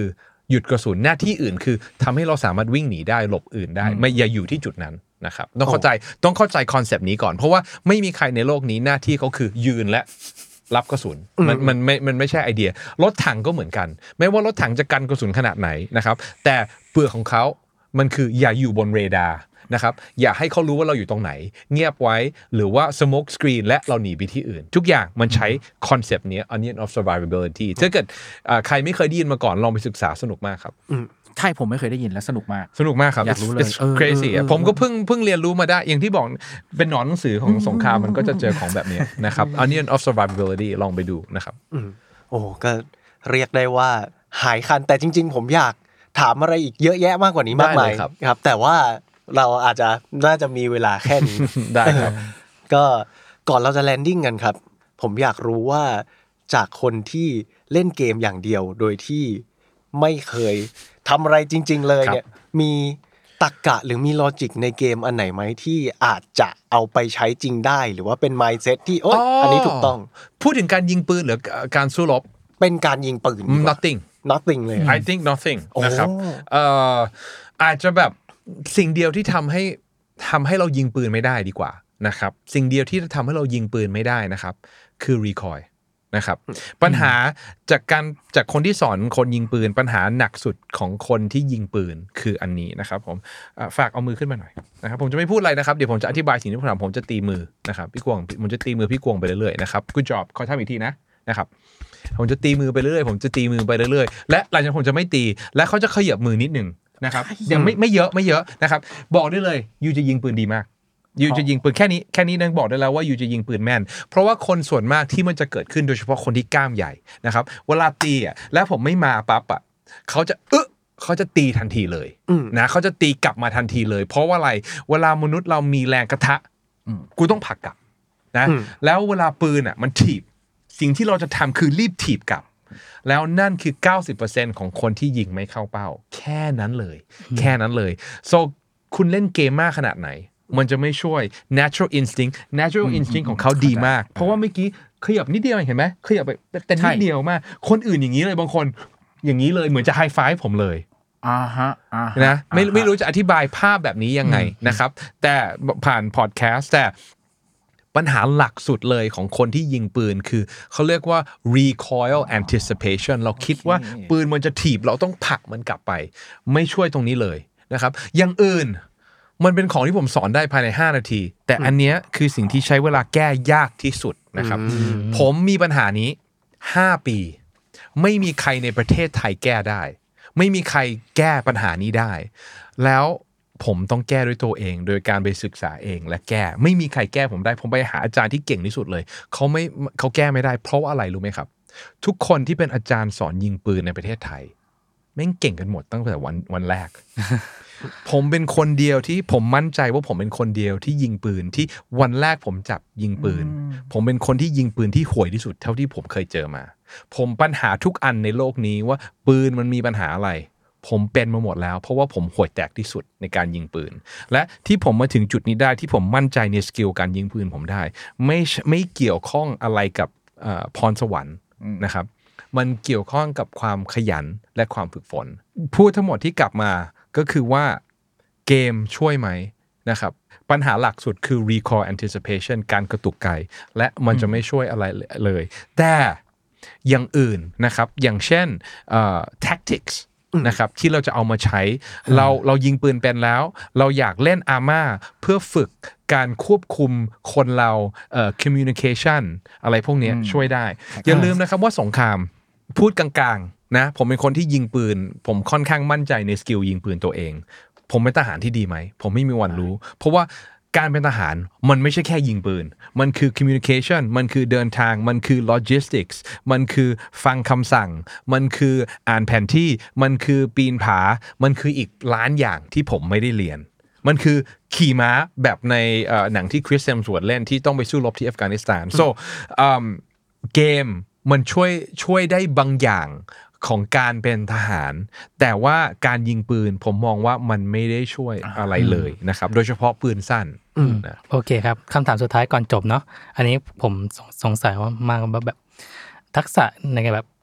S3: หยุดกระสุนหน้าที่อื่นคือทำให้เราสามารถวิ่งหนีได้หลบอื่นได้ไม่อย่าอยู่ที่จุดนั้นนะครับต้องเข้าใจต้องเข้าใจคอนเซปต์นี้ก่อนเพราะว่าไม่มีใครในโลกนี้หน้าที่เขาคือยืนและรับกระสุนมันมันไม่มันไม่ใช่ไอเดียรถถังก็เหมือนกันไม่ว่ารถถังจะกันกระสุนขนาดไหนนะครับแต่เปลือกของเขามันคืออย่าอยู่บนเรดาร์นะครับอย่าให้เขารู้ว่าเราอยู่ตรงไหนเงียบไว้หรือว่า smoke screen และเราหนีไปที่อื่นทุกอย่างมันใช้คอนเซปต์นี้ onion of survivability ถ้าเกิดใครไม่เคยได้ยินมาก่อนลองไปศึกษาสนุกมากครับ
S5: ใช่ผมไม่เคยได้ยินและสนุกมาก
S3: สนุกมากครับ
S5: อยากรู้เลย
S3: crazy ผมก็เพิ่งเพิ่งเรียนรู้มาได้อย่างที่บอกเป็นหนอนหนังสือของสงครามมันก็จะเจอของแบบนี้นะครับ onion of survivability ลองไปดูนะครับ
S2: โอ้ก็เรียกได้ว่าหายคันแต่จริงๆผมอยากถามอะไรอีกเยอะแยะมากกว่านี้มากมายครับแต่ว่าเราอาจจะน่าจะมีเวลาแค่นี้
S3: ได้ครับ
S2: ก็ก่อนเราจะแลนดิ้งกันครับผมอยากรู้ว่าจากคนที่เล่นเกมอย่างเดียวโดยที่ไม่เคยทำอะไรจริงๆเลยเนี่ยมีตรรกะหรือมีลอจิกในเกมอันไหนไหมที่อาจจะเอาไปใช้จริงได้หรือว่าเป็น mindset ที่โอ๊ยอันนี้ถูกต้อง
S3: พูดถึงการยิงปืนหรือการสู้รบ
S2: เป็นการยิงปืน
S3: nothing
S2: nothing เลย
S3: I think nothing นะครับเอ่ออาจจะแบบสิ่งเดียวที่ทำให้ทำให้เรายิงปืนไม่ได้ดีกว่านะครับสิ่งเดียวที่ทำให้เรายิงปืนไม่ได้นะครับคือ recoil นะครับปัญหาจากการจากคนที่สอนคนยิงปืนปัญหาหนักสุดของคนที่ยิงปืนคืออันนี้นะครับผมฝากเอามือขึ้นมาหน่อยนะครับผมจะไม่พูดอะไรนะครับเดี๋ยวผมจะอธิบายสิ่งที่ผมทำผมจะตีมือนะครับพี่กวงผมจะตีมือพี่กวงไปเรื่อยๆนะครับ good job ขอทำอีกทีนะนะครับผมจะตีมือไปเรื่อยๆผมจะตีมือไปเรื่อยๆและหลังจากผมจะไม่ตีและเขาจะขยับมือนิดนึงนะครับยังไม่ไม่เยอะไม่เยอะนะครับบอกได้เลยยูจะยิงปืนดีมากยูจะยิงปืนแค่นี้แค่นี้นั่งบอกได้แล้วว่ายูจะยิงปืนแม่นเพราะว่าคนส่วนมากที่มันจะเกิดขึ้นโดยเฉพาะคนที่กล้ามใหญ่นะครับเวลาตีอ่ะแล้วผมไม่มาปั๊บอ่ะเขาจะเออเขาจะตีทันทีเลยนะเขาจะตีกลับมาทันทีเลยเพราะว่าอะไรเวลามนุษย์เรามีแรงกระทะกูต้องผลักกลับนะแล้วเวลาปืนอ่ะมันถีบสิ่งที่เราจะทำคือรีบถีบกลับแล้วนั่นคือ เก้าสิบเปอร์เซ็นต์ ของคนที่ยิงไม่เข้าเป้าแค่นั้นเลยแค่นั้นเลย so คุณเล่นเกมมากขนาดไหนมันจะไม่ช่วย natural instinct natural instinct ของเขาดีมากเพราะว่าเมื่อกี้ขยับนิดเดียวเห็นไหมขยับไปแต่นิดเดียวมากคนอื่นอย่างนี้เลยบางคนอย่างนี้เลยเหมือนจะไฮไฟว์ผมเลย
S5: อ่าฮะ
S3: นะไม่ไม่รู้จะอธิบายภาพแบบนี้ยังไงนะครับแต่ผ่านพอดแคสต์แต่ปัญหาหลักสุดเลยของคนที่ยิงปืนคือเขาเรียกว่า recoil anticipation เราคิดว่าปืนมันจะถีบเราต้องผลักมันกลับไปไม่ช่วยตรงนี้เลยนะครับอย่างอื่นมันเป็นของที่ผมสอนได้ภายในห้านาทีแต่อันเนี้ยคือสิ่งที่ใช้เวลาแก้ยากที่สุดนะครับผมมีปัญหานี้ห้าปีไม่มีใครในประเทศไทยแก้ได้ไม่มีใครแก้ปัญหานี้ได้แล้วผมต้องแก้ด้วยตัวเองโดยการไปศึกษาเองและแก้ไม่มีใครแก้ผมได้ผมไปหาอาจารย์ที่เก่งที่สุดเลยเขาไม่เขาแก้ไม่ได้เพราะว่าอะไรรู้ไหมครับทุกคนที่เป็นอาจารย์สอนยิงปืนในประเทศไทยแม่งเก่งกันหมดตั้งแต่วันวันแรก ผมเป็นคนเดียวที่ผมมั่นใจว่าผมเป็นคนเดียวที่ยิงปืนที่วันแรกผมจับยิงปืนผมเป็นคนที่ยิงปืนที่ห่วยที่สุดเท่าที่ผมเคยเจอมาผมปัญหาทุกอันในโลกนี้ว่าปืนมันมีปัญหาอะไรผมเป็นมาหมดแล้วเพราะว่าผมห่วยแตกที่สุดในการยิงปืนและที่ผมมาถึงจุดนี้ได้ที่ผมมั่นใจในสกิลการยิงปืนผมได้ไม่ไม่เกี่ยวข้องอะไรกับพรสวรรค์นะครับมันเกี่ยวข้องกับความขยันและความฝึกฝนพูดทั้งหมดที่กลับมาก็คือว่าเกมช่วยไหมนะครับปัญหาหลักสุดคือ recoil anticipation การกระตุกไกและมันจะไม่ช่วยอะไรเลยแต่อย่างอื่นนะครับอย่างเช่น uh, tacticsนะครับที่เราจะเอามาใช้เราเรายิงปืนเป็นแล้วเราอยากเล่นอาร์ม่าเพื่อฝึกการควบคุมคนเราเอ่อ communication อะไรพวกนี้ช่วยได้อย่าลืมนะครับว่าสงครามพูดกลางๆนะผมเป็นคนที่ยิงปืนผมค่อนข้างมั่นใจในสกิลยิงปืนตัวเองผมเป็นทหารที่ดีไหมผมไม่มีวันรู้เพราะว่าการเป็นทหารมันไม่ใช่แค่ยิงปืนมันคือ communication มันคือเดินทางมันคือ logistics มันคือฟังคำสั่งมันคืออ่านแผนที่มันคือปีนผามันคืออีกล้านอย่างที่ผมไม่ได้เรียนมันคือขี่ม้าแบบในหนังที่คริสเฮมส์วอร์ธเล่นที่ต้องไปสู้รบที่อัฟกานิสถาน so เกมมันช่วยช่วยได้บางอย่างของการเป็นทหารแต่ว่าการยิงปืนผมมองว่ามันไม่ได้ช่วยอะไรเลยนะครับโดยเฉพาะปืนสั้น
S4: นะโอเคครับคำถามสุดท้ายก่อนจบเนาะอันนี้ผมสงสัยว่ามากแบบทักษะในแบบท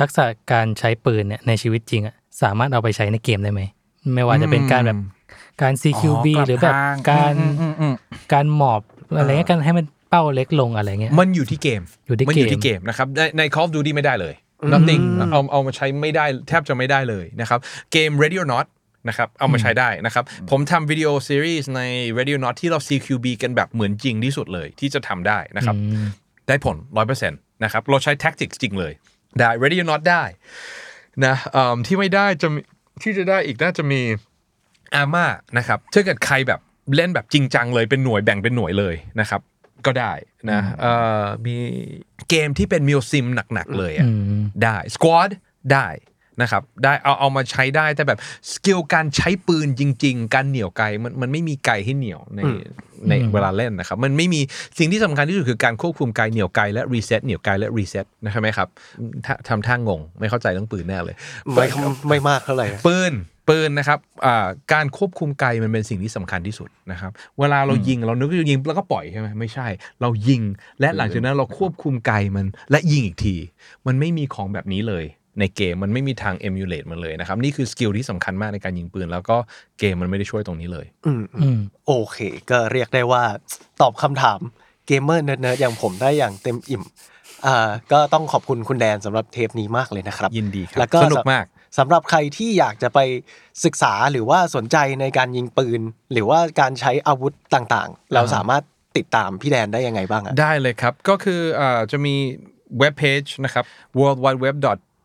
S4: ทักษะการใช้ปืนเนี่ยในชีวิตจริงอ่ะสามารถเอาไปใช้ในเกมได้ไหมไม่ว่าจะเป็นการแบบการ ซี คิว บี หรือแบบการการหมอบอะไรเงี้ยกันให้มันเป้าเล็กลงอะไรเงี้ย
S3: มันอยู่ที่เกม
S4: อยู่ที่
S3: มัน
S4: เก
S3: อยู่
S4: ม
S3: ที่เกมนะครับในใน Call of Duty ไม่ได้เลย nothing เอาเอามาใช้ไม่ได้แทบจะไม่ได้เลยนะครับเกม Ready or Not นะครับเอามาใช้ได้นะครับผมทำวิดีโอซีรีส์ใน Ready or Not ที่เรา ซี คิว บี กันแบบเหมือนจริงที่สุดเลยที่จะทำได้นะครับได้ผล ร้อยเปอร์เซ็นต์ นะครับเราใช้ tactics จริงเลยได้ Ready or Not ได้นะที่ไม่ได้จะที่จะได้อีกน่าจะมีอาม่านะครับถ้าเกิดใครแบบเล่นแบบจริงจังเลยเป็นหน่วยแบ่งเป็นหน่วยเลยนะครับก็ได้นะเอ่อมีเกมที่เป็นมิวซิมหนักๆเลยอ่ะได้สควอดได้นะครับได้เอาเอามาใช้ได้แต่แบบสกิลการใช้ปืนจริงๆการเหนี่ยวไกมันมันไม่มีไกให้เหนี่ยวในในเวลาเล่นนะครับมันไม่มีสิ่งที่สำคัญที่สุดคือการควบคุมไกเหนี่ยวไกและรีเซ็ตเหนี่ยวไกและรีเซ็ตนะใช่ไหมครับทำท่างงไม่เข้าใจเรื่องปืนแน่เลย
S2: ไม่ไม่มากเท่าไหร่
S3: ปืนปืนนะครับการควบคุมไกมันเป็นสิ่งที่สำคัญที่สุดนะครับเวลาเรายิงเรานึกว่ายิงแล้วก็ปล่อยใช่ไหมไม่ใช่เรายิงและหลังจากนั้นเราควบคุมไกมันและยิงอีกทีมันไม่มีของแบบนี้เลยในเกมมันไม่มีทาง emulate มันเลยนะครับนี่คือสกิลที่สำคัญมากในการยิงปืนแล้วก็เกมมันไม่ได้ช่วยตรงนี้เลย
S2: อืมอืมโอเคก็เรียกได้ว่าตอบคำถามเกมเมอร์เนิร์ดๆอย่างผมได้อย่างเต็มอิ่มอ่าก็ต้องขอบคุณคุณแดนสำหรับเทปนี้มากเลยนะครับ
S3: ยินดีครับ
S2: แล้วก็
S3: สนุกมาก
S2: สำหรับใครที่อยากจะไปศึกษาหรือว่าสนใจในการยิงปืนหรือว่าการใช้อาวุธต่างๆเราสามารถติดตามพี่แดนได้ยังไงบ้างอ่ะ
S3: ได้เลยครับก็คืออ่าจะมีเว็บเพจนะครับ world wide web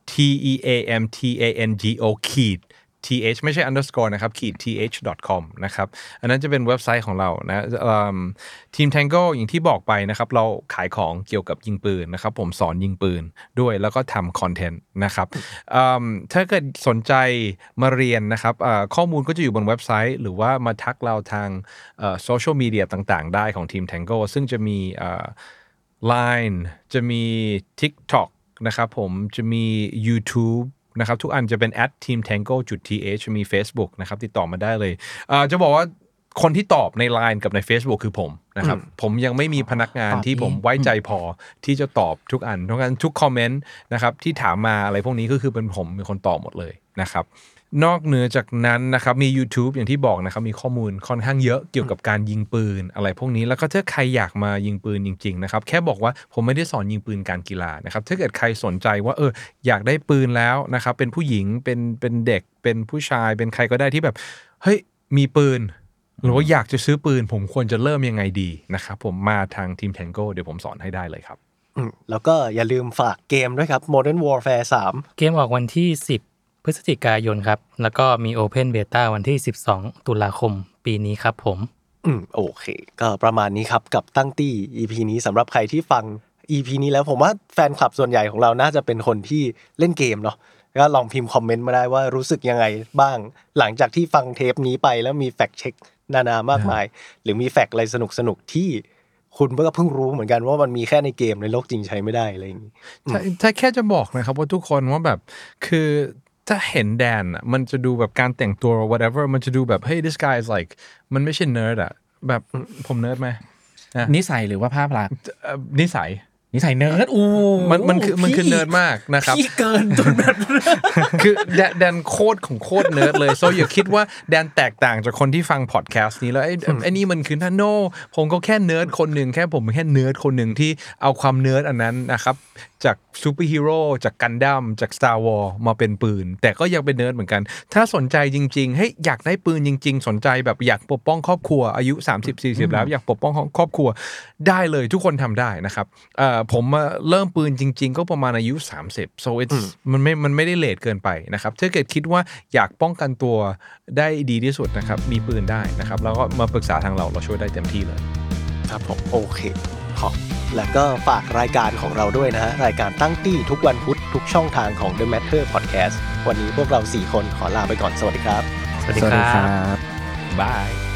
S3: teamtango ขีด th ไม่ใช่ underscore นะครับขีด th dot com นะครับอันนั้นจะเป็นเว็บไซต์ของเรานะทีม Tango อย่างที่บอกไปนะครับเราขายของเกี่ยวกับยิงปืนนะครับผมสอนยิงปืนด้วยแล้วก็ทำคอนเทนต์นะครับถ้าเกิดสนใจมาเรียนนะครับข้อมูลก็จะอยู่บนเว็บไซต์หรือว่ามาทักเราทางโซเชียลมีเดียต่างๆได้ของทีม Tango ซึ่งจะมี ไลน์ จะมี TikTokนะครับผมจะมี YouTube นะครับทุกอันจะเป็น แอท ทีมแทงโก้ จุด ที เอช มี Facebook นะครับติดต่อมาได้เลยเอ่อจะบอกว่าคนที่ตอบใน ไลน์ กับใน Facebook คือผมนะครับผมยังไม่มีพนักงานที่ผมไว้ใจพอที่จะตอบทุกอันทุกอันทุกคอมเมนต์นะครับที่ถามมาอะไรพวกนี้ก็คือเป็นผมเป็นคนตอบหมดเลยนะครับนอกเหนือจากนั้นนะครับมี YouTube อย่างที่บอกนะครับมีข้อมูลค่อนข้างเยอะเกี่ยวกับการยิงปืนอะไรพวกนี้แล้วก็ถ้าใครอยากมายิงปืนจริงๆนะครับแค่บอกว่าผมไม่ได้สอนยิงปืนการกีฬานะครับถ้าเกิดใครสนใจว่าเอออยากได้ปืนแล้วนะครับเป็นผู้หญิงเป็นเป็นเด็กเป็นผู้ชายเป็นใครก็ได้ที่แบบเฮ้ยมีปืนหรือว่าอยากจะซื้อปืนผมควรจะเริ่มยังไงดีนะครับผมมาทางทีม Tango เดี๋ยวผมสอนให้ได้เลยครับ
S2: แล้วก็อย่าลืมฝากเกมด้วยครับ Modern Warfare สาม
S4: เกมออกวันที่สิบพฤศจิกายนครับแล้วก็มี Open Beta วันที่สิบสองตุลาคมปีนี้ครับผม
S2: อืมโอเคก็ประมาณนี้ครับกับตั้งตี้ อี พี นี้สำหรับใครที่ฟัง อี พี นี้แล้วผมว่าแฟนคลับส่วนใหญ่ของเราน่าจะเป็นคนที่เล่นเกมเนาะก็ลองพิมพ์คอมเมนต์มาได้ว่ารู้สึกยังไงบ้างหลังจากที่ฟังเทปนี้ไปแล้วมีแฟกต์เช็คนานามากมายหรือมีแฟกต์อะไรสนุกๆที่คุณก็เพิ่งรู้เหมือนกันว่ามันมีแค่ในเกมในโลกจริงใช้ไม่ได้อะไรอย่างงี้
S3: ถ้าแค่จะบอกนะครับว่าทุกคนว่าแบบคือถ้าเห็นแดนอ่ะมันจะดูแบบการแต่งตัว whatever มันจะดูแบบ hey this guy is like มันไม่ใช่ nerd อ่ะแบบผมเนิร์ดไหม
S5: นิสัยหรือว่าภาพลักษณ์
S3: นิสัย
S5: นิสัยเนิร์ดอู้
S3: มันมันคือมันคือเนิร์ดมากนะครับ
S5: พี่เกินจนแบบ
S3: คือแดนโคตรของโคตรเนิร์ดเลยโซอย่าคิดว่าแดนแตกต่างจากคนที่ฟังพอดแคสต์นี้แล้วไอ้ไอ้นี่มันคือท่านโนผมก็แค่เนิร์ดคนหนึ่งแค่ผมแค่เนิร์ดคนหนึ่งที่เอาความเนิร์ดอันนั้นนะครับจากซูเปอร์ฮีโร่จากกันดั้มจาก Star Wars มาเป็นปืนแต่ก็ยังเป็นเนิร์ดเหมือนกันถ้าสนใจจริงๆเฮ้ยอยากได้ปืนจริงๆสนใจแบบอยากปกป้องครอบครัวอายุสามสิบ สี่สิบแล้วอยากปกป้องครอบครัวได้เลยทุกคนทำได้นะครับเอ่อผมมาเริ่มปืนจริงๆก็ประมาณอายุสามสิบ so it's มันไม่มันไม่ได้เลทเกินไปนะครับถ้าเกิดคิดว่าอยากป้องกันตัวได้ดีที่สุดนะครับมีปืนได้นะครับแล้วก็มาปรึกษาทางเราเราช่วยได้เต็มที่เลย
S2: ครับผมโอเคขอบแล้วก็ฝากรายการของเราด้วยนะฮะรายการตั้งตี้ทุกวันพุธทุกช่องทางของ The Matter Podcast วันนี้พวกเราสี่คนขอลาไปก่อนสวัสดีครับ
S4: สวัสดีครับบาย